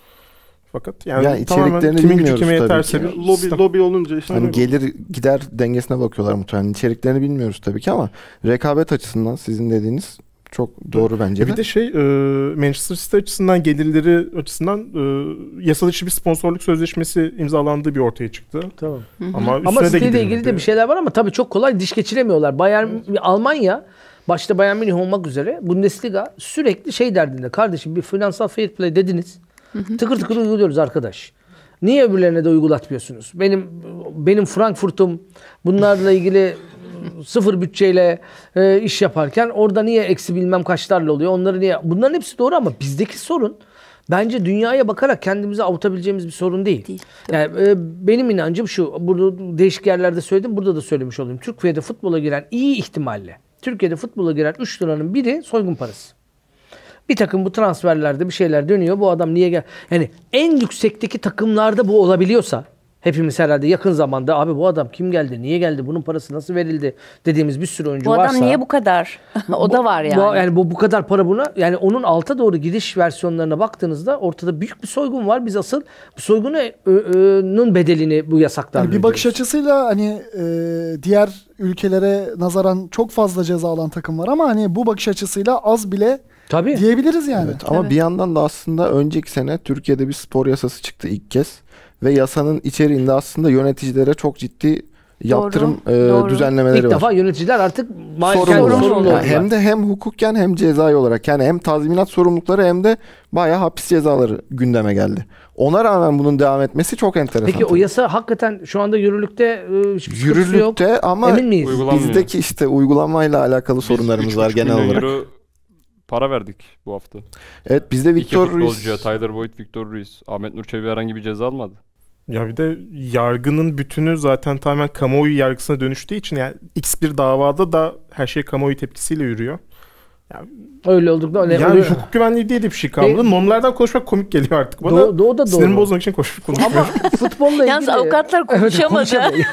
I: Fakat yani tamamen kimin gücü kime yeterse lobi olunca işte.
H: Hani gelir gider dengesine bakıyorlar muhtemelen. İçeriklerini bilmiyoruz tabii ki ama rekabet açısından sizin dediğiniz çok doğru bence de.
I: Bir de Manchester City açısından gelirleri açısından yasal dışı bir sponsorluk sözleşmesi imzalandığı bir ortaya çıktı.
B: Tamam.
I: Ama
B: City ile ilgili de bir şeyler var ama tabii çok kolay diş geçiremiyorlar. Almanya başta Bayern Münih olmak üzere Bundesliga sürekli derdinde. Kardeşim bir finansal fair play dediniz. Tıkır tıkır uyguluyoruz arkadaş. Niye öbürlerine de uygulatmıyorsunuz? Benim Frankfurt'um bunlarla ilgili sıfır bütçeyle iş yaparken orada niye eksi bilmem kaçlarla oluyor? Onları niye? Bunların hepsi doğru ama bizdeki sorun bence dünyaya bakarak kendimizi avutabileceğimiz bir sorun değil. Yani benim inancım şu. Burada değişik yerlerde söyledim. Burada da söylemiş olayım. Türkiye'de futbola giren iyi ihtimalle Türkiye'de futbola giren 3 liranın biri soygun parası. Bir takım bu transferlerde bir şeyler dönüyor. Bu adam niye yani en yüksekteki takımlarda bu olabiliyorsa hepimiz herhalde yakın zamanda abi bu adam kim geldi, niye geldi, bunun parası nasıl verildi dediğimiz bir sürü oyuncu varsa.
A: Bu adam niye bu kadar? O da var yani.
B: Yani bu kadar para buna yani onun alta doğru gidiş versiyonlarına baktığınızda ortada büyük bir soygun var. Biz asıl bu soygunun bedelini bu yasaklarla
E: yani bir bakış açısıyla hani diğer ülkelere nazaran çok fazla ceza alan takım var ama hani bu bakış açısıyla az bile diyebiliriz yani.
H: Evet, ama bir yandan da aslında önceki sene Türkiye'de bir spor yasası çıktı ilk kez. Ve yasanın içeriğinde aslında yöneticilere çok ciddi yaptırım düzenlemeleri var.
B: İlk defa yöneticiler artık
H: sorumlu. Yani hem de hem hukuken hem cezai olarak. Yani hem tazminat sorumlulukları hem de bayağı hapis cezaları gündeme geldi. Ona rağmen bunun devam etmesi çok enteresan.
B: Peki o yasa hakikaten şu anda yürürlükte hiçbir sıkıntısı yok.
H: Ama
B: emin miyiz?
H: Bizdeki işte uygulamayla alakalı sorunlarımız var genel olarak.
J: Para verdik bu hafta.
H: Evet bizde Victor Ruiz.
J: Tyler Boyd, Victor Ruiz. Ahmet Nur Çebi herhangi bir ceza almadı.
I: Ya bir de yargının bütünü zaten tamamen kamuoyu yargısına dönüştüğü için yani X bir davada da her şey kamuoyu tepkisiyle yürüyor. Yani,
B: öyle oldukta
I: yani hukuk güvenliği diye de bir şey kalmadı. Normlardan konuşmak komik geliyor artık bana.
B: Doğru.
I: Sinirimi bozmak için konuşmuyorum.
B: Ama futbolla ilgili...
A: Yalnız avukatlar konuşamadı.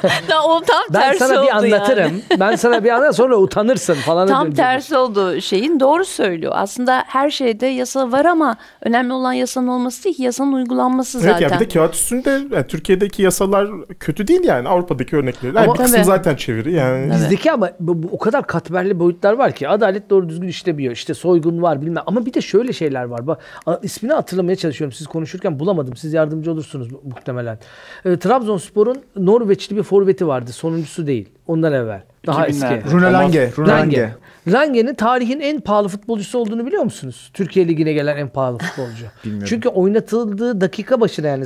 A: O tam tersi oldu
B: ben sana bir anlatırım. Ben sana bir anlatırım sonra utanırsın falan.
A: Tam tersi oldu şeyin. Doğru söylüyor. Aslında her şeyde yasa var ama önemli olan yasanın olması değil ki yasanın uygulanması zaten.
I: Evet ya bir de kağıt üstünde yani Türkiye'deki yasalar kötü değil yani. Avrupa'daki örnekleri. Yani bir kısmı zaten çeviri yani.
B: Bizdeki ama o kadar katmerli boyutlar var ki adalet doğru düzgün işlemiyor. İşte soygun var bilmem. Ama bir de şöyle şeyler var. Bak, ismini hatırlamaya çalışıyorum. Siz konuşurken bulamadım. Siz yardımcı olursunuz muhtemelen. Trabzonspor'un Norveçli bir forveti vardı. Sonuncusu değil. Ondan evvel. Daha eski.
C: Rune Lange.
B: Lange'nin tarihin en pahalı futbolcusu olduğunu biliyor musunuz? Türkiye Ligi'ne gelen en pahalı futbolcu. Çünkü oynatıldığı dakika başına yani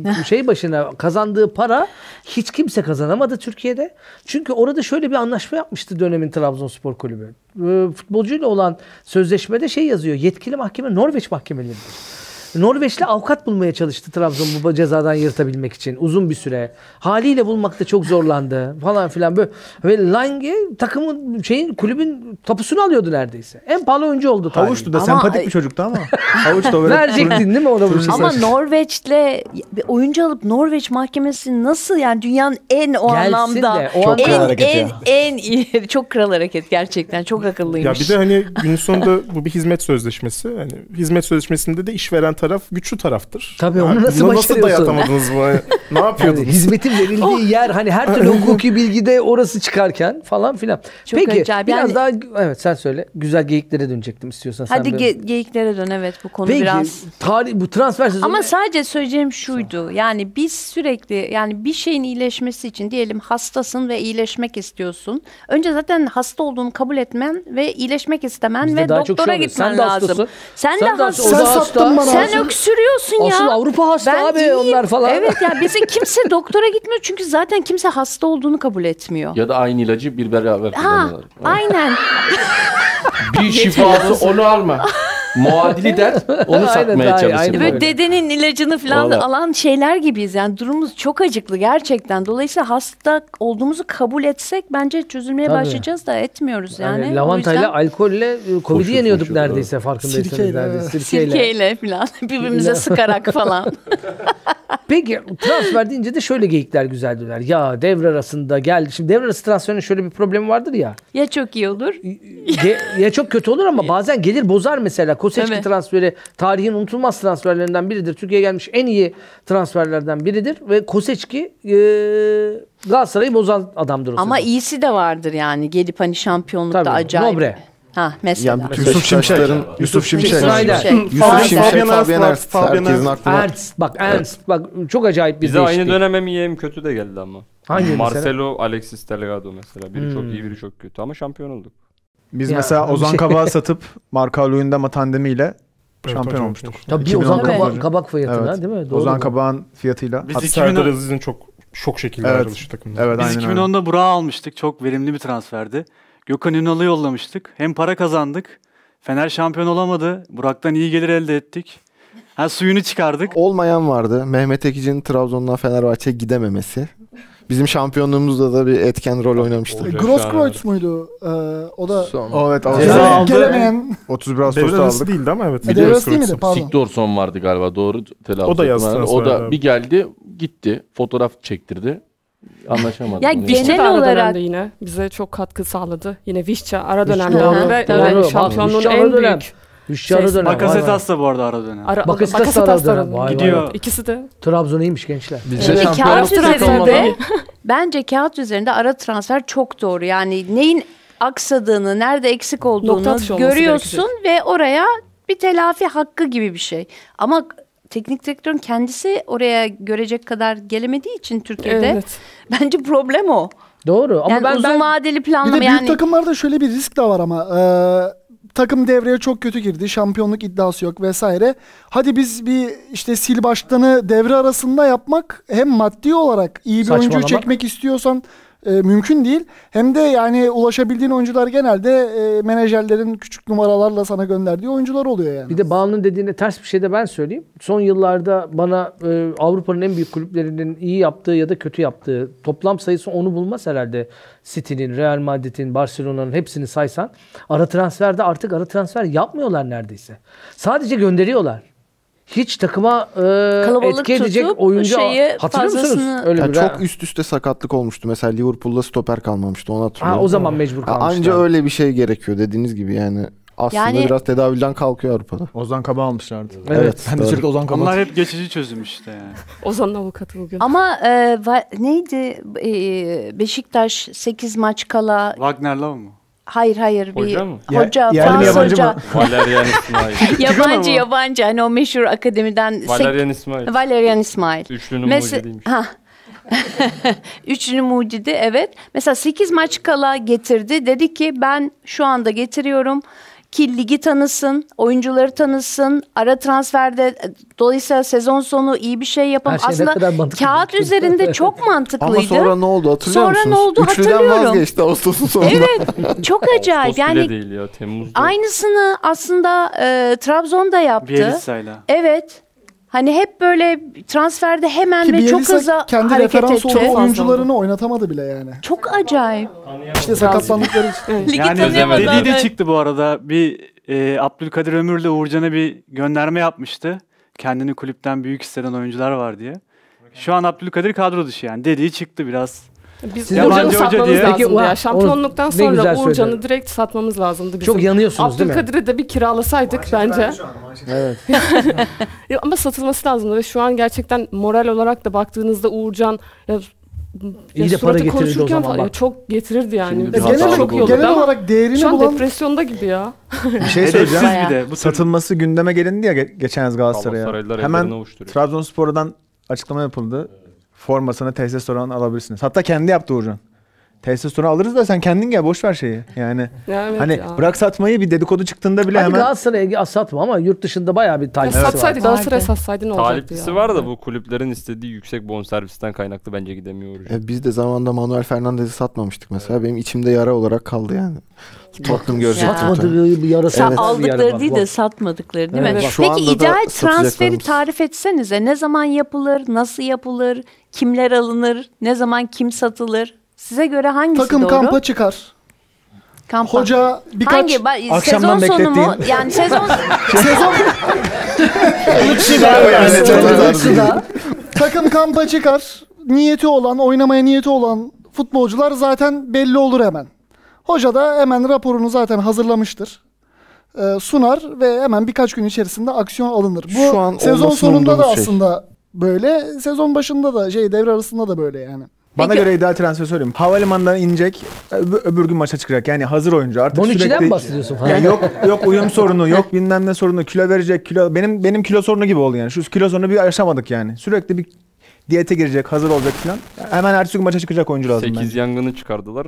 B: başına kazandığı para hiç kimse kazanamadı Türkiye'de. Çünkü orada şöyle bir anlaşma yapmıştı dönemin Trabzonspor Kulübü. Futbolcuyla olan sözleşmede yazıyor. Yetkili mahkeme Norveç mahkemeleridir. Norveçli avukat bulmaya çalıştı Trabzon bu cezadan yırtabilmek için uzun bir süre. Haliyle bulmakta çok zorlandı falan filan böyle. Ve Lange takımın kulübün tapusunu alıyordu neredeyse. En pahalı oyuncu oldu.
C: Havuç'tu da sempatik bir çocuktu ama. Havuç da böyle.
B: Verecektin değil mi ona bu
A: Ama Norveç'le bir oyuncu alıp Norveç mahkemesi nasıl yani dünyanın en o
B: Gelsin
A: anlamda
B: de, o
A: en iyi çok kral hareket gerçekten çok akıllıymış.
I: Ya bir de hani günün sonunda bu bir hizmet sözleşmesi. Hani hizmet sözleşmesinde de işveren taraf güçlü taraftır.
B: Tabii
I: yani
B: onu nasıl başarıyorsun?
I: dayatamadınız bu? Ne yapıyordunuz?
B: Yani hizmetin verildiği yer hani her türlü hukuki bilgide orası çıkarken falan filan.
A: Çok
B: Peki
A: acayip.
B: biraz daha evet sen söyle. Güzel geyiklere dönecektim istiyorsan.
A: Hadi
B: sen
A: geyiklere dön evet bu konu
B: Peki,
A: biraz.
B: Bu transfer sezonu.
A: Ama sadece söyleyeceğim şuydu. Yani biz sürekli yani bir şeyin iyileşmesi için diyelim hastasın ve iyileşmek istiyorsun. Önce zaten hasta olduğunu kabul etmen ve iyileşmek istemen
B: Bizde
A: ve
B: daha çok
A: doktora
B: şey
A: gitmen
B: sen de
A: lazım.
B: hastasın.
A: Sen de
B: Sen
A: hastasın.
B: Sen sattın bana.
A: Sen öksürüyorsun ya.
B: Asıl Avrupa hasta
A: Ben
B: abi
A: iyiyim.
B: onlar falan.
A: Evet ya bizi kimse doktora gitmiyor çünkü zaten kimse hasta olduğunu kabul etmiyor.
G: Ya da aynı ilacı bir beraber kullanıyorlar.
A: Aynen.
G: Bir şifası onu alma. Muadili der onu satmaya çalışır.
A: Böyle dedenin ilacını falan
G: Vallahi.
A: alan şeyler gibiyiz. Yani durumumuz çok acıklı gerçekten. Dolayısıyla hasta olduğumuzu kabul etsek bence çözülmeye başlayacağız da etmiyoruz yani.
B: Lavantayla, alkolle Covid'i yeniyorduk neredeyse farkındaysanız.
E: Sirkeyle.
A: Sirkeyle falan birbirimize sıkarak falan.
B: Peki transfer deyince de şöyle geyikler güzel döner. Ya devre arasında geldi. Şimdi devre arası transferinin şöyle bir problemi vardır ya.
A: Ya çok iyi olur.
B: Ya çok kötü olur ama bazen gelir bozar mesela. Koseçki
A: Evet.
B: transferi tarihin unutulmaz transferlerinden biridir. Türkiye'ye gelmiş en iyi transferlerden biridir. Ve Koseçki Galatasaray'ı bozan adamdır o
A: Ama
B: sezon.
A: iyisi de vardır yani. Gelip hani şampiyonlukta
B: Tabii,
A: acayip.
B: Nobre.
A: Ha mesela.
H: Yani bütün Beşiktaşların Yusuf Şimşek.
B: Snyder.
H: Yusuf Şimşek, Fabian Ernst.
I: Fabian
H: Herkesin aklına.
B: Ernst. Bak çok acayip bir
J: Bize
B: değişiklik.
J: aynı dönem hem iyi hem kötü de geldi ama.
B: Hangi mesela?
J: Marcelo, Alexis Delgado mesela. Biri çok iyi, biri çok kötü ama şampiyon olduk.
C: Biz
B: Ya,
C: mesela
B: bir
C: Ozan
B: şey-
C: Kabak'ı satıp Marka Luyendama tandemiyle şampiyon
I: hocam.
C: olmuştuk.
B: Tabii
C: 2010
B: Ozan
A: Evet.
B: Kabak fiyatına
C: Evet.
B: değil mi? Doğru.
C: Ozan Kabak'ın fiyatıyla.
D: Biz
I: Hatta
D: 2010
I: Serdar Aziz'in çok şok şekilde
C: Evet.
I: ayrılışı takımda.
C: Evet,
D: Biz
C: aynen öyle.
D: 2010'da Burak'ı almıştık. Çok verimli bir transferdi. Gökhan Ünal'ı yollamıştık. Hem para kazandık. Fener şampiyon olamadı. Burak'tan iyi gelir elde ettik. Suyunu çıkardık.
H: Olmayan vardı. Mehmet Ekici'nin Trabzon'dan Fenerbahçe'ye gidememesi. Bizim şampiyonluğumuzda da bir etken rol oynamıştı.
E: Grosskreutz muydu? O da
C: Evet,
I: Ceza aldı.
E: gelemeyen.
C: 31 Ağustos'ta
I: Devre arası
C: aldık.
I: değildi ama evet.
E: Devre arası değil miydi? Pardon.
G: Sigdorsson vardı galiba doğru telaffuz.
I: O da yazdı
G: etmem. O
I: transfer
G: da
I: abi.
G: bir geldi gitti fotoğraf çektirdi. Anlaşamadı.
A: Ya
G: Onu
A: genel
K: Vişça da ara
A: olarak-
K: dönemde yine bize çok katkı sağladı. Yine Vişça ara
B: Vişça,
K: dönemde
A: doğru,
K: aldı ve
B: doğru.
K: yani
B: Bak,
K: şampiyonluğun
B: Vişça
K: en
B: ara dönem.
K: büyük
B: Hüşyarı dönem.
D: Bakasetas da bu arada ara dönem.
B: Bakasetas ara dönem. Vay,
D: Gidiyor.
B: vay.
K: İkisi de.
B: Trabzon iyiymiş gençler.
H: Bizde
A: Kağıt
H: şampiyonluk
A: üzerinde bence kağıt üzerinde ara transfer çok doğru. Yani neyin aksadığını, nerede eksik
K: Nokta
A: olduğunu
K: atışı olması
A: görüyorsun ve oraya bir telafi hakkı gibi bir şey. Ama teknik direktörün kendisi oraya görecek kadar gelemediği için Türkiye'de
K: Evet.
A: bence problem o.
B: Doğru ama
A: Yani
B: ben
A: uzun vadeli
E: Bir de
A: planlama
E: büyük
A: yani.
E: takımlarda şöyle bir risk de var ama. Takım devreye çok kötü girdi. Şampiyonluk iddiası yok vesaire. Hadi biz bir işte sil baştanı devre arasında yapmak hem maddi olarak iyi bir oyuncuyu
B: Saçmalamak.
E: çekmek istiyorsan mümkün değil. Hem de yani ulaşabildiğin oyuncular genelde menajerlerin küçük numaralarla sana gönderdiği oyuncular oluyor yani.
B: Bir de Bağım'ın dediğine ters bir şey de ben söyleyeyim. Son yıllarda bana Avrupa'nın en büyük kulüplerinin iyi yaptığı ya da kötü yaptığı toplam sayısı onu bulmaz herhalde. City'nin, Real Madrid'in, Barcelona'nın hepsini saysan. Ara transferde artık ara transfer yapmıyorlar neredeyse. Sadece gönderiyorlar. Hiç takıma
A: Kalabalık
B: etki edecek
A: tutup
B: oyuncu
A: şeyi
B: hatırlıyor musunuz?
A: fazlasını-
B: Öyle
H: Yani
B: bir
H: çok üst üste sakatlık olmuştu. Mesela Liverpool'da stoper kalmamıştı. Onu hatırlıyorum.
B: o zaman mecbur kalmışlar.
H: Anca öyle bir şey gerekiyor dediğiniz gibi yani. Aslında
A: Yani-
H: biraz tedavülden kalkıyor Avrupa'da.
C: Ozan Kabak'ı almışlardı.
B: Evet.
C: Ben de
H: doğru.
C: sürekli Ozan Kabak.
D: Onlar hep geçici çözüm işte yani.
K: Ozan'ın avukatı bugün.
A: Ama neydi Beşiktaş 8 maç kala
D: Wagner Love mu?
A: hayır bir
J: Hoca mı?
A: hoca
C: Yerli mi,
A: Fransız
C: yabancı
A: hoca
C: mı?
J: Valerian İsmail.
A: yabancı hani o meşhur akademiden
J: Valerian İsmail.
A: Valerian İsmail.
J: Üçlünün
A: Mes-
J: mucidiymiş.
A: Ha. Üçlünün mucidi evet. Mesela 8 maç kala getirdi. Dedi ki ben şu anda getiriyorum ki ligi tanısın, oyuncuları tanısın, ara transferde dolayısıyla sezon sonu iyi bir şey yapalım.
B: Her şey ne kadar
A: Aslında
B: mantıklı.
A: kağıt üzerinde çok mantıklıydı.
H: Ama sonra ne oldu hatırlıyor
A: Sonra
H: musunuz?
A: ne oldu
H: Üçlüden
A: hatırlıyorum.
H: vazgeçti Ağustos'un sonunda.
A: Evet, çok acayip.
J: Ağustos bile
A: Yani
J: değil ya Temmuz'da.
A: aynısını aslında Trabzon'da yaptı.
D: Bielitsa'yla.
A: Evet. Hani hep böyle transferde hemen
E: Ki
A: ve çok
E: Bielsa
A: hızlı
E: kendi
A: hareket
E: referans
A: etti.
E: olduğu oyuncularını oynatamadı bile yani.
A: Çok acayip.
E: İşte sakatlandıkları için.
A: Ligi
D: Yani
A: tanıyamadı
D: dediği de
A: adam.
D: çıktı bu arada. Bir Abdülkadir Ömür'le Uğurcan'a bir gönderme yapmıştı. Kendini kulüpten büyük hisseden oyuncular var diye. Şu an Abdülkadir kadro dışı yani. Dediği çıktı biraz.
K: Biz
B: Siz
K: Uğurcan'ı
D: yabancı hoca
K: satmamız
D: diye.
K: lazımdı
B: Peki,
K: ya. Şampiyonluktan
B: ne
K: sonra
B: güzel
K: Uğurcan'ı
B: söyledin.
K: direkt satmamız lazımdı bizim.
B: Çok yanıyorsunuz değil mi?
K: Abdülkadir'i de bir kiralasaydık bence.
B: Evet.
K: Ya ama satılması lazımdı ve şu an gerçekten moral olarak da baktığınızda Uğurcan
B: İyi de para
K: suratı
B: getirirdi o
K: konuşurken
B: zaman
K: falan,
B: bak.
K: ya çok getirirdi yani.
J: Şimdi bir
K: Genel,
J: hatalı
K: çok iyi
J: oldu.
K: olurdu
E: Genel
K: ama
E: olarak değerini
K: şu an
E: bulan
K: depresyonda gibi ya.
C: Bir şey söyleyeceğim.
D: Hedefsiz bir de. Bu
C: Satılması gündeme gelindi ya geçen yaz Galatasaray'a.
J: Galatasaraylılar
C: Hemen
J: ellerini ovuşturuyor.
C: Trabzonspor'dan açıklama yapıldı. Formasını testosteron alabilirsiniz. Hatta kendi yaptı Uğurcan. Testosteron alırız da sen kendin gel boş ver şeyi. Yani
K: Ya evet
C: hani
K: ya.
C: bırak satmayı, bir dedikodu çıktığında bile
B: Hadi
C: hemen
B: Galatasaray'a satma ama yurt dışında bayağı bir
K: Ya
B: talihsi var.
K: satsaydı Galatasaray satsaydı ne olacaktı
J: Taliplisi
K: ya?
J: var da bu kulüplerin istediği yüksek bonservisten kaynaklı bence gidemiyor Uğurcan.
H: Biz de zamanında Manuel Fernandez'i satmamıştık mesela. Benim içimde yara olarak kaldı yani. Tottenham görecek.
B: Satmadığı bir yarası.
H: Evet.
A: Aldıkları değil de satmadıkları değil mi?
H: Evet. Şu
A: Peki
H: anda da
A: ideal transferi
H: satacaklarımız.
A: tarif etsenize. Ne zaman yapılır, nasıl yapılır, kimler alınır, ne zaman kim satılır? Size göre hangisi
E: takım
A: doğru?
E: kampa çıkar.
A: Kampa.
E: Hoca birkaç
A: Hangi?
C: Akşamdan
A: Sezon sonu mu?
C: beklettiğin-
A: Yani sezon
E: takım kampa çıkar. Niyeti olan, oynamaya niyeti olan futbolcular zaten belli olur hemen. Hoca da hemen raporunu zaten hazırlamıştır. Sunar ve hemen birkaç gün içerisinde aksiyon alınır. Bu
H: Şu an
E: sezon
H: olmasını
E: sonunda da
H: umduğumuz şey.
E: aslında böyle, sezon başında da devre arasında da böyle yani.
C: bana
A: Peki-
C: göre ideal transfer söyleyeyim. Havalimanından inecek, öbür gün maça çıkacak. Yani hazır oyuncu. Artık
B: Bonucci'den
C: sürekli
B: mi bahsediyorsun falan?
C: yani yok uyum sorunu, yok bilmem ne sorunu, kilo verecek, benim kilo sorunu gibi oldu yani. Şu kilo sorunu bir aşamadık yani. Sürekli bir diyete girecek, hazır olacak falan. Hemen ertesi gün maça çıkacak oyuncu lazım
J: 8
C: bence.
J: yangını çıkardılar.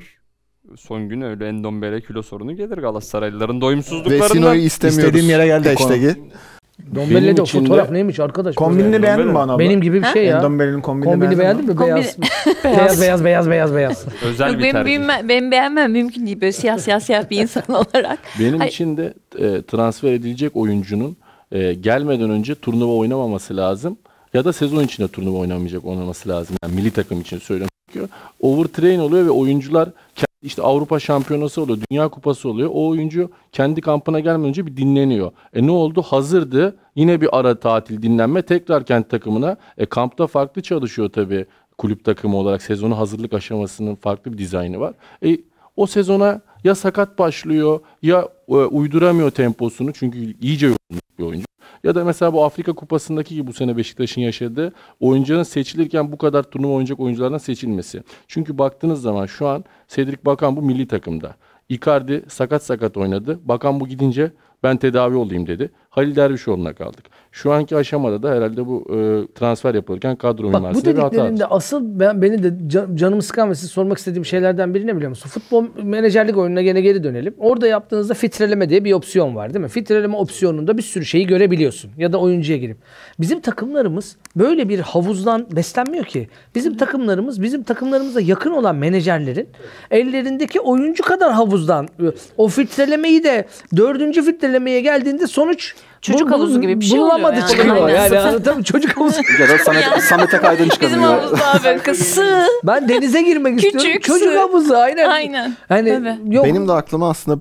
J: Son gün öyle Endombele kilo sorunu gelir
H: Ve
J: Galatasaraylıların
H: Sino'yu
J: doyumsuzluklarından.
H: istemiyoruz.
C: İstediğim yere geldik.
H: Hashtag'i.
B: Dombelle'de o
G: içinde-
B: fotoğraf neymiş arkadaş?
C: Kombinini beğendin mi bana abla?
B: Benim gibi bir şey ya.
C: Endombele'nin kombinini
B: Kombini
C: beğendin mi?
B: beğendin mi? Beyaz. beyaz.
J: Özel
A: Yok,
J: bir tercih.
A: benim beğenmem mümkün değil böyle siyah bir insan olarak.
G: Benim
A: Ay-
G: için de transfer edilecek oyuncunun gelmeden önce turnuva oynamaması lazım. Ya da sezon içinde turnuva oynaması lazım. Yani milli takım için söylüyorum. Çünkü overtrain oluyor ve oyuncular işte Avrupa Şampiyonası oluyor, Dünya Kupası oluyor. O oyuncu kendi kampına gelmeden önce bir dinleniyor. Ne oldu? Hazırdı. Yine bir ara tatil, dinlenme. Tekrar kendi takımına. Kampta farklı çalışıyor tabii kulüp takımı olarak. Sezonu hazırlık aşamasının farklı bir dizaynı var. O sezona ya sakat başlıyor ya uyduramıyor temposunu. Çünkü iyice yorulmuş bir oyuncu. Ya da mesela bu Afrika Kupası'ndaki gibi bu sene Beşiktaş'ın yaşadığı oyuncunun seçilirken bu kadar turnuva oynayacak oyunculardan seçilmesi. Çünkü baktığınız zaman şu an Cedric Bakan bu milli takımda. Icardi sakat oynadı. Bakan bu gidince ben tedavi olayım dedi. Halil Dervişoğlu'na kaldık. Şu anki aşamada da herhalde bu transfer yapılırken kadro
B: Bak bu
G: uyuması bir hata.
B: dediklerinde asıl beni de canımı sıkan ve size sormak istediğim şeylerden biri ne biliyor musun? Futbol menajerlik oyununa geri dönelim. Orada yaptığınızda filtreleme diye bir opsiyon var değil mi? Filtreleme opsiyonunda bir sürü şeyi görebiliyorsun. Ya da oyuncuya girip. Bizim takımlarımız böyle bir havuzdan beslenmiyor ki. Bizim takımlarımıza yakın olan menajerlerin ellerindeki oyuncu kadar havuzdan. O filtrelemeyi de 4. filtrelemeye geldiğinde sonuç
A: Çocuk havuzu gibi bir şey oluyor
B: bulamadı
A: yani.
B: çıkıyor.
A: Aynen.
B: Yani anladın mı? Çocuk havuzu.
F: Ya da Samet Akaydın
A: Bizim
F: çıkamıyor.
A: havuzda böyle kısı.
B: Ben denize girmek
A: Küçük,
B: istiyorum. Çocuk
A: sığ.
B: havuzu aynen.
A: Aynen.
B: Hani
A: Tabii.
B: yok.
H: Benim de aklıma aslında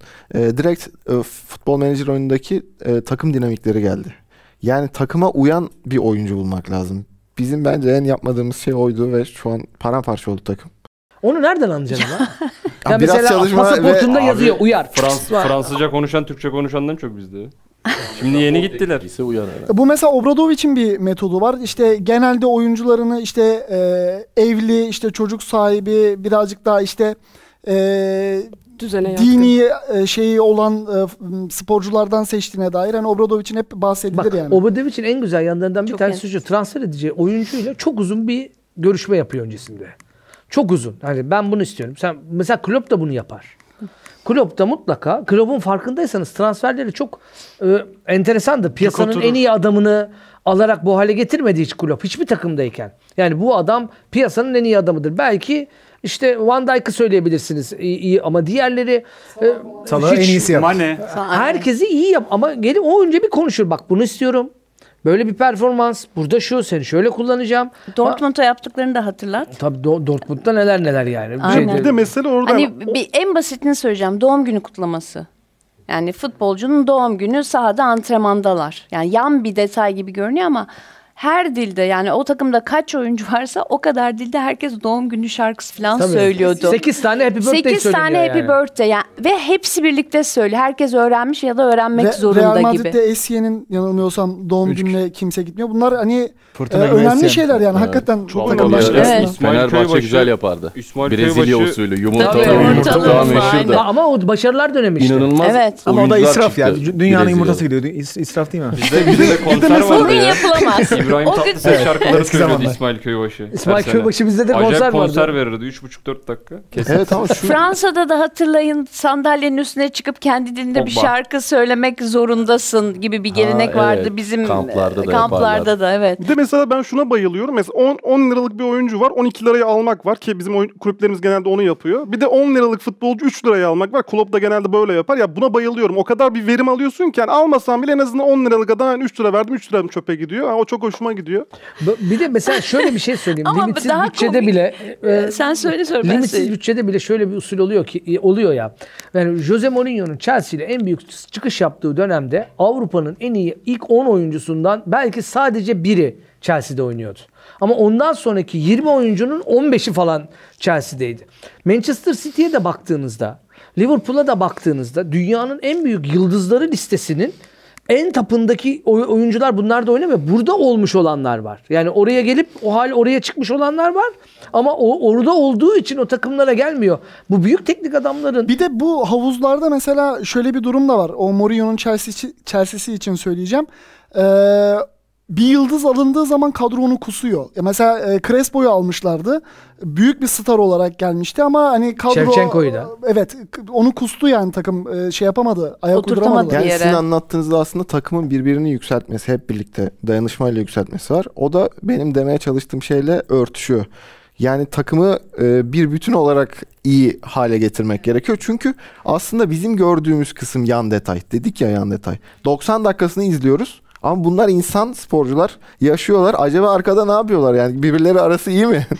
H: direkt futbol menajer oyunundaki takım dinamikleri geldi. Yani takıma uyan bir oyuncu bulmak lazım. Bizim bence en yapmadığımız şey oydu ve şu an paramparça oldu takım.
B: Onu nereden anlayacaksın lan?
H: Ya biraz
B: mesela
H: çalışma
B: pasaportunda
H: ve-
B: yazıyor uyar.
J: Fransızca konuşan, Türkçe konuşandan çok bizde. Şimdi yeni gittiler.
G: İse uyar herhalde.
E: Bu mesela Obradovic'in bir metodu var. İşte genelde oyuncularını işte evli, işte çocuk sahibi, birazcık daha işte
K: Düzene yatkın.
E: dini şeyi olan sporculardan seçtiğine dair hani Obradovic'in hep bahsedilir
B: Bak
E: yani.
B: Obradovic'in en güzel yanlarından bir
A: Çok
B: tanesi şu. Transfer edeceği oyuncuyla çok uzun bir görüşme yapıyor öncesinde. Çok uzun. Hani ben bunu istiyorum. Sen mesela Klopp da bunu yapar. Klopp da mutlaka, Klopp'un farkındaysanız transferleri çok enteresandır. Piyasanın
D: oturur.
B: en iyi adamını alarak bu hale getirmedi hiç Klopp. Hiçbir takımdayken. Yani bu adam piyasanın en iyi adamıdır. Belki işte Van Dijk'ı söyleyebilirsiniz iyi ama diğerleri
C: Salah'ı en iyisi yap.
D: Mane.
B: herkesi iyi yap ama gelip o önce bir konuşur. Bak bunu istiyorum. Böyle bir performans. Burada şu, seni şöyle kullanacağım.
A: Dortmund'a yaptıklarını da hatırlat.
B: Tabii Dortmund'da neler yani.
A: Aynen.
I: Bir de mesele orada.
A: Hani en basitini söyleyeceğim. Doğum günü kutlaması. Yani futbolcunun doğum günü sahada antrenmandalar. Yani yan bir detay gibi görünüyor ama her dilde, yani o takımda kaç oyuncu varsa o kadar dilde herkes doğum günü şarkısı falan söylüyordu.
B: 8 tane Happy Birthday
A: 8 tane Happy Birthday yani. Ve hepsi birlikte söylüyor. Herkes öğrenmiş ya da öğrenmek zorunda
E: Real
A: gibi.
E: Madrid'de Essien'in yanılmıyorsam doğum gününe kimse gitmiyor. Bunlar hani
C: Fırtına
E: önemli
C: Essien.
E: şeyler yani.
G: Evet.
E: Hakikaten
G: Çok
E: takım
G: iyi.
E: başkanı.
A: Evet.
G: Fenerbahçe güzel yapardı. Brezilya usulü yumurtalı
A: Tabii,
G: yumurtalı
A: yumurtalı,
G: meşhurdu.
A: aynen.
B: Ama o başarılar dönemi işte.
G: İnanılmaz
A: Evet.
C: Ama o da
G: oyuncular
C: israf ya.
G: çıktı.
C: Dünyanın
G: Brezilyalı.
C: yumurtası gidiyor. İsraf değil mi?
J: Bizde konser
A: Bugün
J: vardı ya.
A: yapılamaz.
J: İbrahim
A: O gün-
J: Tatlıses şarkıları
C: Eski
J: söylüyordu
C: zamanlar.
J: İsmail Köybaşı.
B: İsmail
J: Her sene.
B: Köybaşı bizde de konser
J: Acayip
B: vardı.
J: konser verirdi 3,5-4 dakika. Kesin.
H: Evet ama şu
A: Fransa'da da hatırlayın, sandalyenin üstüne çıkıp kendi dilinde bir
J: Pogba.
A: şarkı söylemek zorundasın gibi bir gelenek vardı
G: evet.
A: bizim
G: Kamplarda da
A: kamplarda da evet.
I: Bir de mesela ben şuna bayılıyorum. Mesela 10 liralık bir oyuncu var. 12 liraya almak var ki bizim kulüplerimiz genelde onu yapıyor. Bir de 10 liralık futbolcu 3 liraya almak var. Klopp da genelde böyle yapar. Ya buna bayılıyorum. O kadar bir verim alıyorsun ki yani almasan bile en azından 10 liralık adam yani 3 lira verdim 3 lira çöpe gidiyor. Yani o çok hoşuma gidiyor.
B: Bir de mesela şöyle bir şey söyleyeyim.
A: Ama
B: Limitsiz
A: daha
B: bütçede
A: komik.
B: bile
A: Sen söyle ben
B: limitsiz
A: söyleyeyim.
B: bütçede bile şöyle bir usul oluyor ya. Yani Jose Mourinho'nun Chelsea ile en büyük çıkış yaptığı dönemde Avrupa'nın en iyi ilk 10 oyuncusundan belki sadece biri Chelsea'de oynuyordu. Ama ondan sonraki 20 oyuncunun 15'i falan Chelsea'deydi. Manchester City'ye de baktığınızda, Liverpool'a da baktığınızda dünyanın en büyük yıldızları listesinin en tapındaki oyuncular bunlar da oynamıyor. Burada olmuş olanlar var. Yani oraya gelip oraya çıkmış olanlar var. Ama orada olduğu için o takımlara gelmiyor. Bu büyük teknik adamların...
E: Bir de bu havuzlarda mesela şöyle bir durum da var. O Mourinho'nun Chelsea'si için söyleyeceğim. Bir yıldız alındığı zaman kadro onu kusuyor. Mesela Crespo'yu almışlardı. Büyük bir star olarak gelmişti ama hani kadro...
B: Şevçenko'yu da.
E: Evet. Onu kustu yani takım. Şey yapamadı. Ayak
A: Oturtamadı.
E: uyduramadı.
H: yani
A: yere.
H: sizin anlattığınızda aslında takımın birbirini yükseltmesi, hep birlikte dayanışmayla yükseltmesi var. O da benim demeye çalıştığım şeyle örtüşüyor. Yani takımı bir bütün olarak iyi hale getirmek gerekiyor. Çünkü aslında bizim gördüğümüz kısım yan detay. Dedik ya, yan detay. 90 dakikasını izliyoruz. Ama bunlar insan sporcular, yaşıyorlar. Acaba arkada ne yapıyorlar? Yani birbirleri arası iyi mi?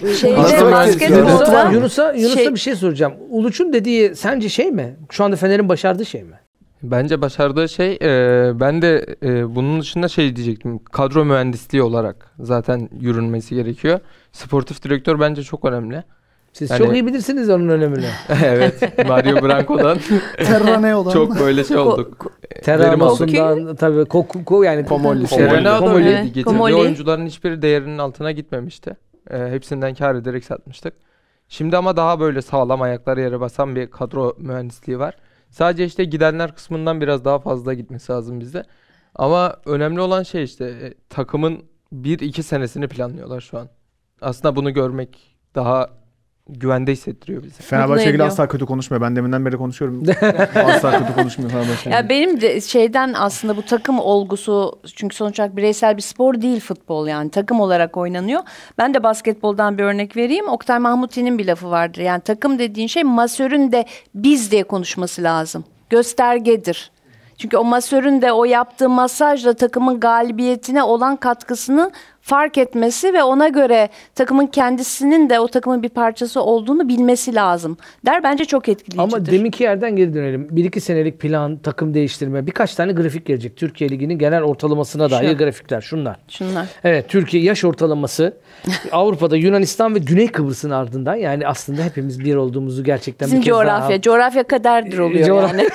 A: Basketbolda
B: Yunus'a bir şey soracağım. Uluç'un dediği sence şey mi? Şu anda Fener'in başardığı şey mi?
L: Bence başardığı şey ben de bunun dışında şey diyecektim. Kadro mühendisliği olarak zaten yürünmesi gerekiyor. Sportif direktör bence çok önemli.
B: Siz
L: Yani-
B: çok iyi bilirsiniz onun önemini.
L: Evet. Mario Branco'dan
E: Terraneo'dan.
L: çok böyle şey olduk.
B: Terramosundan tabii yani
H: Komolli.
L: Serena da
B: Komolli.
L: öyleydi.
A: Evet,
L: Getirdiği
A: Komolli.
L: oyuncuların hiçbiri değerinin altına gitmemişti. Hepsinden kar ederek satmıştık. Şimdi ama daha böyle sağlam ayakları yere basan bir kadro mühendisliği var. Sadece işte gidenler kısmından biraz daha fazla gitmesi lazım bizde. Ama önemli olan şey işte takımın 1-2 senesini planlıyorlar şu an. Aslında bunu görmek daha güvende hissettiriyor bizi.
C: Fenerbahçe ilgili
A: ediyor.
C: asla kötü konuşmuyor. Ben deminden beri konuşuyorum. Asla kötü konuşmuyor Fenerbahçe.
A: Ya benim de şeyden aslında bu takım olgusu, çünkü sonuç olarak bireysel bir spor değil futbol, yani takım olarak oynanıyor. Ben de basketboldan bir örnek vereyim. Oktay Mahmuti'nin bir lafı vardır. Yani takım dediğin şey masörün de biz diye konuşması lazım. Göstergedir. Çünkü o masörün de o yaptığı masajla takımın galibiyetine olan katkısını fark etmesi ve ona göre takımın kendisinin de o takımın bir parçası olduğunu bilmesi lazım der. Bence çok etkileyicidir.
B: Ama deminki yerden geri dönelim. 1-2 senelik plan, takım değiştirme, birkaç tane grafik gelecek. Türkiye Ligi'nin genel ortalamasına dair grafikler şunlar.
A: Şunlar.
B: Evet, Türkiye yaş ortalaması Avrupa'da Yunanistan ve Güney Kıbrıs'ın ardından, yani aslında hepimiz bir olduğumuzu gerçekten
A: Bizim
B: bir kez
A: coğrafya. Coğrafya kaderdir oluyor yani.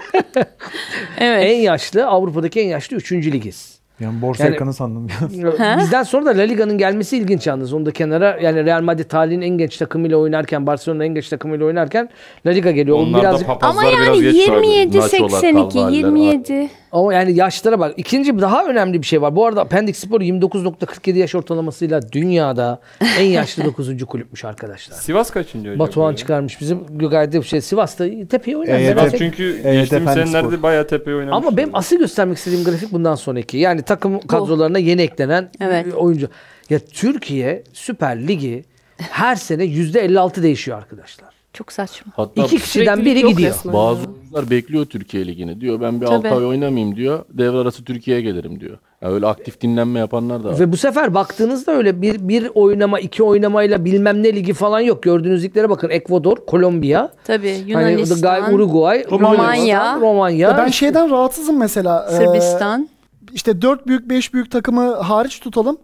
A: Evet.
B: En yaşlı, Avrupa'daki en yaşlı 3. ligiz.
C: Yani borsa
B: Yani-
C: ekranı sandım.
B: Bizden sonra da La Liga'nın gelmesi ilginç yalnız. Onu da kenara, yani Real Madrid tarihin en genç takımıyla oynarken, Barcelona'nın en genç takımıyla oynarken La Liga geliyor. O
J: Onlar da
B: birazcık
J: papazlar
A: Ama yani
J: biraz geç vardı.
A: 27-82, 27.
B: ama yani yaşlara bak. İkinci daha önemli bir şey var. Bu arada Pendik Spor 29.47 yaş ortalamasıyla dünyada en yaşlı 9. kulüpmüş arkadaşlar.
J: Sivas kaçıncı hocam?
B: Batuhan
J: böyle?
B: çıkarmış bizim gayet bir şey. Sivas'ta tepeye oynar.
C: Evet,
B: Merak
J: Evet,
B: etme.
J: çünkü
C: Evet,
J: geçtiğimiz
C: Pendik
J: senelerde
C: Spor.
J: bayağı tepeye oynamış.
B: Ama benim asıl göstermek istediğim grafik bundan sonraki. Yani takım kadrolarına yeni eklenen
A: Evet.
B: oyuncu. Ya Türkiye Süper Ligi her sene %56 değişiyor arkadaşlar.
A: Çok saçma.
G: Hatta
B: 2 kişiden biri
K: Yok
B: gidiyor.
K: resmen
G: bazı
K: ya.
G: oyuncular bekliyor Türkiye Ligi'ni. Diyor ben bir
A: Tabii.
G: 6 ay oynamayayım diyor. Devre arası Türkiye'ye gelirim diyor. Yani öyle aktif dinlenme yapanlar da var.
B: Ve bu sefer baktığınızda öyle bir oynama, 2 oynamayla bilmem ne ligi falan yok. Gördüğünüz liglere bakın. Ekvador, Kolombiya,
A: Tabii
B: hani
A: Yunanistan,
B: Uruguay,
A: Romanya.
B: Romanya.
E: Ben şeyden rahatsızım mesela.
A: Sırbistan.
E: İşte 4 büyük 5 büyük takımı hariç tutalım.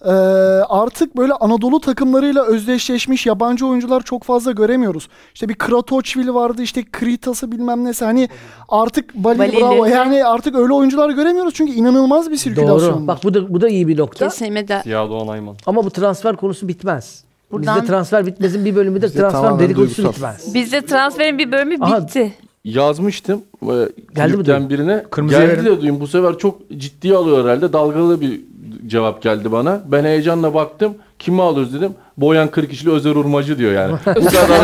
E: Artık böyle Anadolu takımlarıyla özdeşleşmiş yabancı oyuncular çok fazla göremiyoruz. İşte bir Kratochvili vardı, işte Kritas'ı bilmem nesi. Hani artık Balili, bravo. Yani artık öyle oyuncular göremiyoruz çünkü inanılmaz bir sirkülasyon
B: Doğru.
E: var.
B: Bak bu da iyi bir nokta.
A: Kesinlikle.
J: Ziya Doğan Ayman.
B: Ama bu transfer konusu bitmez.
A: Buradan-
B: Bizde transfer bitmezin bir bölümü de
H: Bizde
B: transfer
H: tamamen
B: dedikodusu
H: duygusal.
B: bitmez.
A: Bizde transferin bir bölümü
B: Aha.
A: bitti.
G: Yazmıştım.
B: Geldi mi
G: Kulüpten birine.
C: Kırmızıya
G: Geldi
C: verin.
G: de duyayım. Bu sefer çok ciddiye alıyor herhalde. Dalgalı bir cevap geldi bana. Ben heyecanla baktım. Kimi alıyoruz dedim. Boyan 40 kişili Özer Urmacı diyor yani. Bu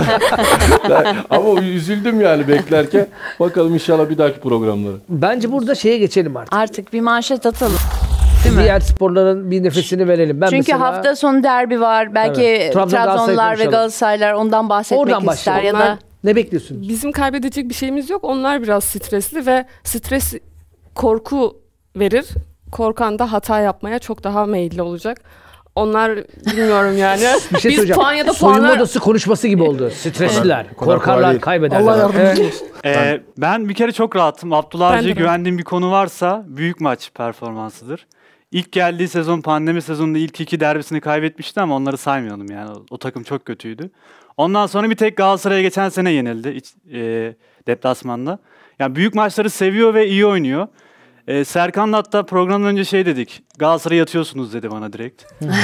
G: kadar. Ama üzüldüm yani beklerken. Bakalım inşallah bir dahaki programlara.
B: Bence burada şeye geçelim artık.
A: Artık bir manşet atalım. Değil mi?
B: Diğer sporların bir nefesini verelim. Ben
A: Çünkü
B: mesela,
A: hafta sonu derbi var. Belki
B: Evet. Trabzon,
A: Trabzonlar
B: Galatasaray'ı
A: ve
B: konuşalım.
A: Galatasaraylar ondan bahsetmek
B: Oradan
A: ister ya
B: başlayalım.
A: da
B: Ne bekliyorsunuz?
K: Bizim kaybedecek bir şeyimiz yok. Onlar biraz stresli ve stres korku verir. Korkan da hata yapmaya çok daha meyilli olacak. Onlar bilmiyorum yani.
B: Bir şey
K: Biz
B: söyleyeceğim.
K: puan ya da
B: Soyunma
K: puanlar...
B: odası konuşması gibi oldu. Stresliler,
C: kolay
B: korkarlar,
C: değil.
B: kaybederler.
E: Allah yardımcı
B: Evet.
E: olsun.
D: Ben bir kere çok rahatım. Abdullah
K: Ben
D: Avcı'ya
K: de
D: güvendiğim bir konu varsa büyük maç performansıdır. İlk geldiği sezon pandemi sezonunda ilk 2 derbisini kaybetmişti ama onları saymıyordum yani. O takım çok kötüydü. Ondan sonra bir tek Galatasaray'a geçen sene yenildi deplasmanda. Yani büyük maçları seviyor ve iyi oynuyor. Serkan'la hatta programdan önce şey dedik. Galatasaray'a yatıyorsunuz dedi bana direkt.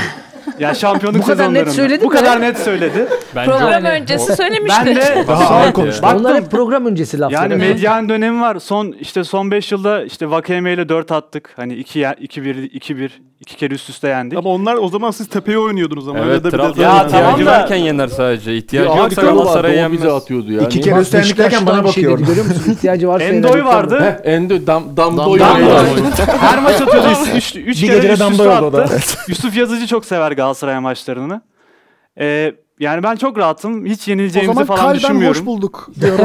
D: Ya şampiyonluk
B: Bu kadar net
D: sezonlarında.
B: söyledi
D: Bu
B: mi?
D: kadar net söyledi.
A: program öncesi söylemişti.
D: Ben de
C: Daha ağır konuştu.
B: Onlar hep program öncesi laflar.
D: yani
B: Evet.
D: medyan dönemi var. Son 5 yılda işte Vakeme ile 4 attık. Hani 2-1 2 kere üst üste yendik.
M: Ama onlar o zaman siz tepeye oynuyordunuz ama.
J: Evet,
M: öyle de bir
J: Trabzon
M: de-
D: Ya
J: ihtiyacı
D: tamam da-
J: varken yener sadece. İhtiyacı
G: Bir
J: yoksa
G: harika
J: Galatasaray'a
G: vardı. O bize
J: yenmez.
G: atıyordu yani.
C: 2 kere
B: Bak,
C: üstlendikten
B: Beşiktaş'tan
C: bana
B: bir şey
C: bakıyor.
B: dedi, görüyor musun? İhtiyacı varsa
D: Endoy
B: yener.
D: vardı.
G: Endo Damdoy
D: Damdoy.
G: oynuyor.
D: Her maç atıyordu. 3
C: Bir
D: kere
C: gecede
D: üst üste
C: Damdoy oldu o da.
D: attı. Yusuf Yazıcı çok sever Galatasaray maçlarını. Yani ben çok rahatım. Hiç
E: O
D: yenileceğimizi
E: zaman
D: falan
E: kalben hoş
D: düşünmüyorum.
E: bulduk diyorum.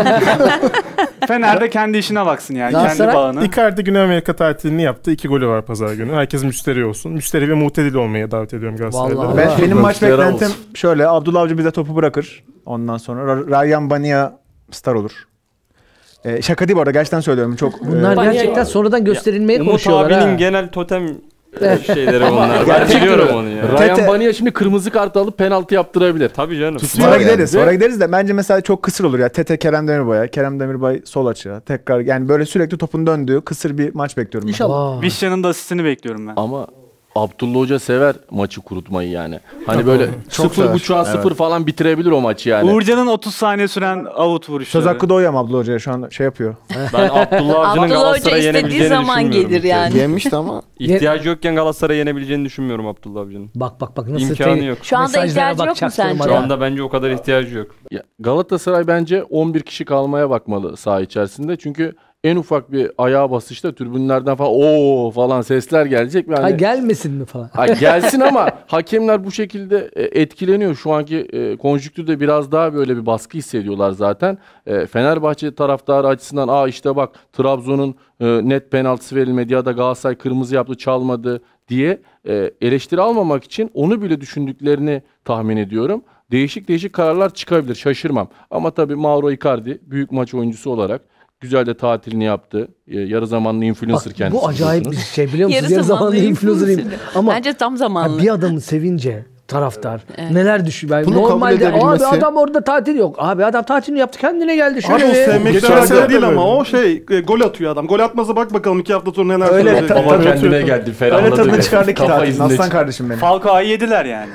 D: Fener de kendi işine baksın yani. Kendi
B: Galatasaray-
D: bağını.
I: Icardi Güney Amerika tatilini yaptı. 2 golü var pazar günü. Herkes müşteri olsun. Müşteri ve muhtedil olmaya davet ediyorum Galatasaray'da.
B: Vallahi.
C: Benim maç
G: Yarar
C: beklentim
G: olsun.
C: şöyle. Abdullah Avcı bize topu bırakır. Ondan sonra Ryan Bania star olur. Şaka değil bu arada. Gerçekten söylüyorum. Çok
B: Bunlar
K: Banya-
B: gerçekten sonradan gösterilmeye
J: Umut
B: konuşuyorlar
J: abinin
B: ha.
J: genel totem şeyleri bunlar. Ben biliyorum onu ya.
C: Tete-
G: Ryan Bania şimdi kırmızı kart alıp penaltı yaptırabilir.
J: Tabii canım.
C: Sonra
H: yani.
C: gideriz.
G: Ve-
C: Sonra gideriz de bence mesela çok kısır olur ya. Tete Kerem Demirbay'a, Kerem Demirbay sol açığa. Tekrar yani böyle sürekli topun döndüğü kısır bir maç bekliyorum ben.
E: İnşallah.
B: Vay.
D: Vişya'nın da asistini bekliyorum ben.
G: Ama Abdullah Hoca sever maçı kurutmayı yani. Hani böyle
H: Çok
G: 0.5'a
H: sever.
G: 0 falan bitirebilir o maçı yani.
D: Uğurcan'ın 30 saniye süren out vuruşları.
C: Söz hakkı doğuyor mu Abdullah Hoca'ya şu an şey yapıyor.
J: Ben Abdullah Avcı'nın
A: Abdullah Hoca
J: Galatasaray'ı
A: istediği
J: yenebileceğini
A: zaman
J: düşünmüyorum.
A: gelir yani.
H: Yenmişti ama
J: İhtiyacı yokken Galatasaray'ı yenebileceğini düşünmüyorum Abdullah Avcı'nın.
B: Bak nasıl
J: İmkanı yok.
A: Şu anda
B: mesajlara
A: ihtiyacı yok mu
B: bakacaksın
A: sence?
B: bana.
J: Şu anda bence o kadar ihtiyacı yok.
G: Ya, Galatasaray bence 11 kişi kalmaya bakmalı saha içerisinde. Çünkü en ufak bir ayağa basışta tribünlerden falan o falan sesler gelecek. Ve
B: Ha
G: hani,
B: gelmesin mi falan.
G: ha, gelsin ama hakemler bu şekilde etkileniyor. Şu anki konjüktürde biraz daha böyle bir baskı hissediyorlar zaten. Fenerbahçe taraftarı açısından işte bak Trabzon'un net penaltısı verilmedi ya da Galatasaray kırmızı yaptı çalmadı diye eleştiri almamak için onu bile düşündüklerini tahmin ediyorum. Değişik kararlar çıkabilir, şaşırmam. Ama tabii Mauro Icardi büyük maç oyuncusu olarak güzel de tatilini yaptı. Yarı zamanlı influencer
B: Bak,
G: kendisi.
B: bu acayip bir
G: biliyorsunuz.
B: şey biliyor musunuz? Yarı zamanlı influencer'ıyım. Ama
A: Bence tam zamanlı.
B: bir adamı sevince taraftar
A: Evet.
B: neler düşüyor.
H: Bunu kabul
B: Normalde abi
H: edebilmesi-
B: adam orada tatil yok. Abi adam tatilini yaptı kendine geldi.
M: Abi
B: Şöyle
M: o sevmekten
I: Geçen
M: mesele
I: sene
M: değil
I: de
M: ama
I: böyle.
M: o şey gol atıyor adam. Gol atmasa bak bakalım 2 hafta sonra neler
C: Öyle,
M: söyleyecek.
G: Baba kendine geldi,
C: Öyle
G: ferahladı.
C: tadını çıkardı ki
G: Kafa
C: tatil.
G: izinde
C: Aslan
G: çıktı.
C: kardeşim benim.
D: Falcao'yu yediler yani.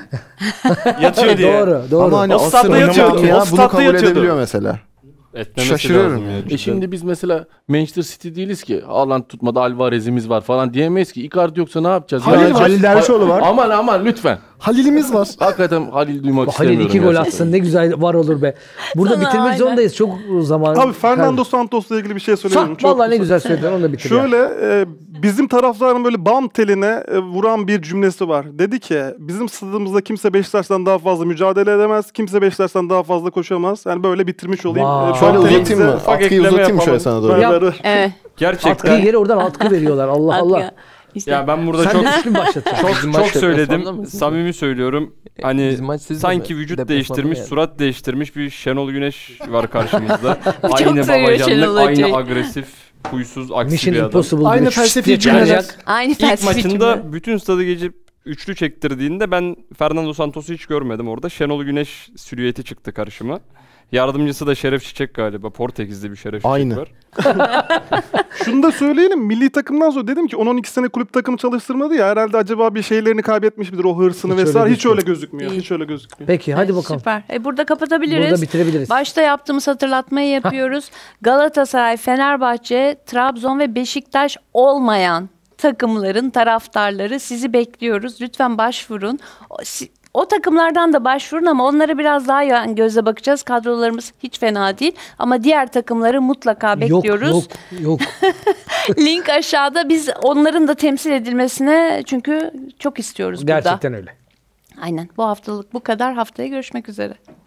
D: Yatıyor diye.
B: Doğru.
H: ama hani
D: O
H: asır
D: statta yatıyordu.
H: oynamak ya
D: O
H: bunu
D: statta
H: kabul
D: yatıyordu.
H: edebiliyor mesela.
J: Etmemesi
H: Şaşırıyorum
J: lazım
H: ya.
J: ya.
G: Şimdi biz mesela Manchester City değiliz ki. Haaland tutmadı, Alvarez'imiz var falan diyemeyiz ki. Icardi yoksa ne yapacağız?
C: Halil Dervişoğlu var.
G: Aman lütfen.
E: Halil'imiz var.
G: Hakikaten Halil duymak
B: Halil
G: istemiyorum.
B: 2 gol
G: gerçekten.
B: atsın ne güzel var olur be. Burada
A: Sana
B: bitirmek
A: aynen.
B: zorundayız. Çok zaman.
M: Abi Fernando Santos'la ilgili bir şey söyleyeyim. Çok
B: Vallahi ne
M: kısa.
B: güzel söyledin onu da bitir. ya.
M: Şöyle bizim taraftarın böyle bam teline vuran bir cümlesi var. Dedi ki bizim stadımızda kimse Beşiktaş'tan daha fazla mücadele edemez. Kimse Beşiktaş'tan daha fazla koşamaz. Yani böyle bitirmiş olayım.
B: Vay.
H: Şöyle
M: Bam
H: uzatayım
M: telinize-
H: mı? Atkıyı uzatayım mı şöyle sana doğru?
B: Yap.
A: Evet.
J: Gerçekten.
B: Atkıyı yere oradan atkı veriyorlar. Allah Allah.
A: İşte.
J: Ya ben burada
B: Sen
J: çok
B: de üstün başlatacaksın.
J: çok
L: Bizim
J: çok
L: maç deplasmanda
J: söyledim.
L: mı?
J: Samimi söylüyorum. Hani
L: Bizim maç sizde
J: sanki
L: mi?
J: vücut
L: Deplasmanda
J: değiştirmiş,
L: yani.
J: surat değiştirmiş bir Şenol Güneş var karşımızda.
A: Çok
J: Aynı
A: seviyor Şenol
J: babacanlık, aynı
A: Hoca'yı.
J: agresif, huysuz, aksi
B: Mission
J: bir adam.
B: Impossible.
E: Aynı
B: diyor.
E: felsefi
B: diye
E: cümleler.
B: çıkacak.
A: Aynı
J: İlk
A: felsefi cümle.
J: maçında bütün stadı geçip üçlü çektirdiğinde ben Fernando Santos'u hiç görmedim orada. Şenol Güneş silüeti çıktı karşıma. Yardımcısı da Şeref Çiçek galiba. Portekizli bir Şeref Çiçek
H: Aynı.
J: var.
M: Şunu da söyleyelim. Milli takımdan sonra dedim ki 10-12 sene kulüp takımı çalıştırmadı ya. Herhalde acaba bir şeylerini kaybetmiş midir o hırsını
B: Hiç öyle
M: vesaire. Hiç
B: gözükmüyor.
M: öyle gözükmüyor.
A: Değil.
M: Hiç öyle gözükmüyor.
B: Peki hadi bakalım.
A: Süper. Burada kapatabiliriz.
B: Burada bitirebiliriz.
A: Başta yaptığımız hatırlatmayı yapıyoruz. Galatasaray, Fenerbahçe, Trabzon ve Beşiktaş olmayan takımların taraftarları sizi bekliyoruz. Lütfen başvurun. O takımlardan da başvurun ama onlara biraz daha yan gözle bakacağız. Kadrolarımız hiç fena değil ama diğer takımları mutlaka bekliyoruz.
B: Yok.
A: Link aşağıda. Biz onların da temsil edilmesine çünkü çok istiyoruz burada.
B: Gerçekten öyle.
A: Aynen. Bu haftalık bu kadar. Haftaya görüşmek üzere.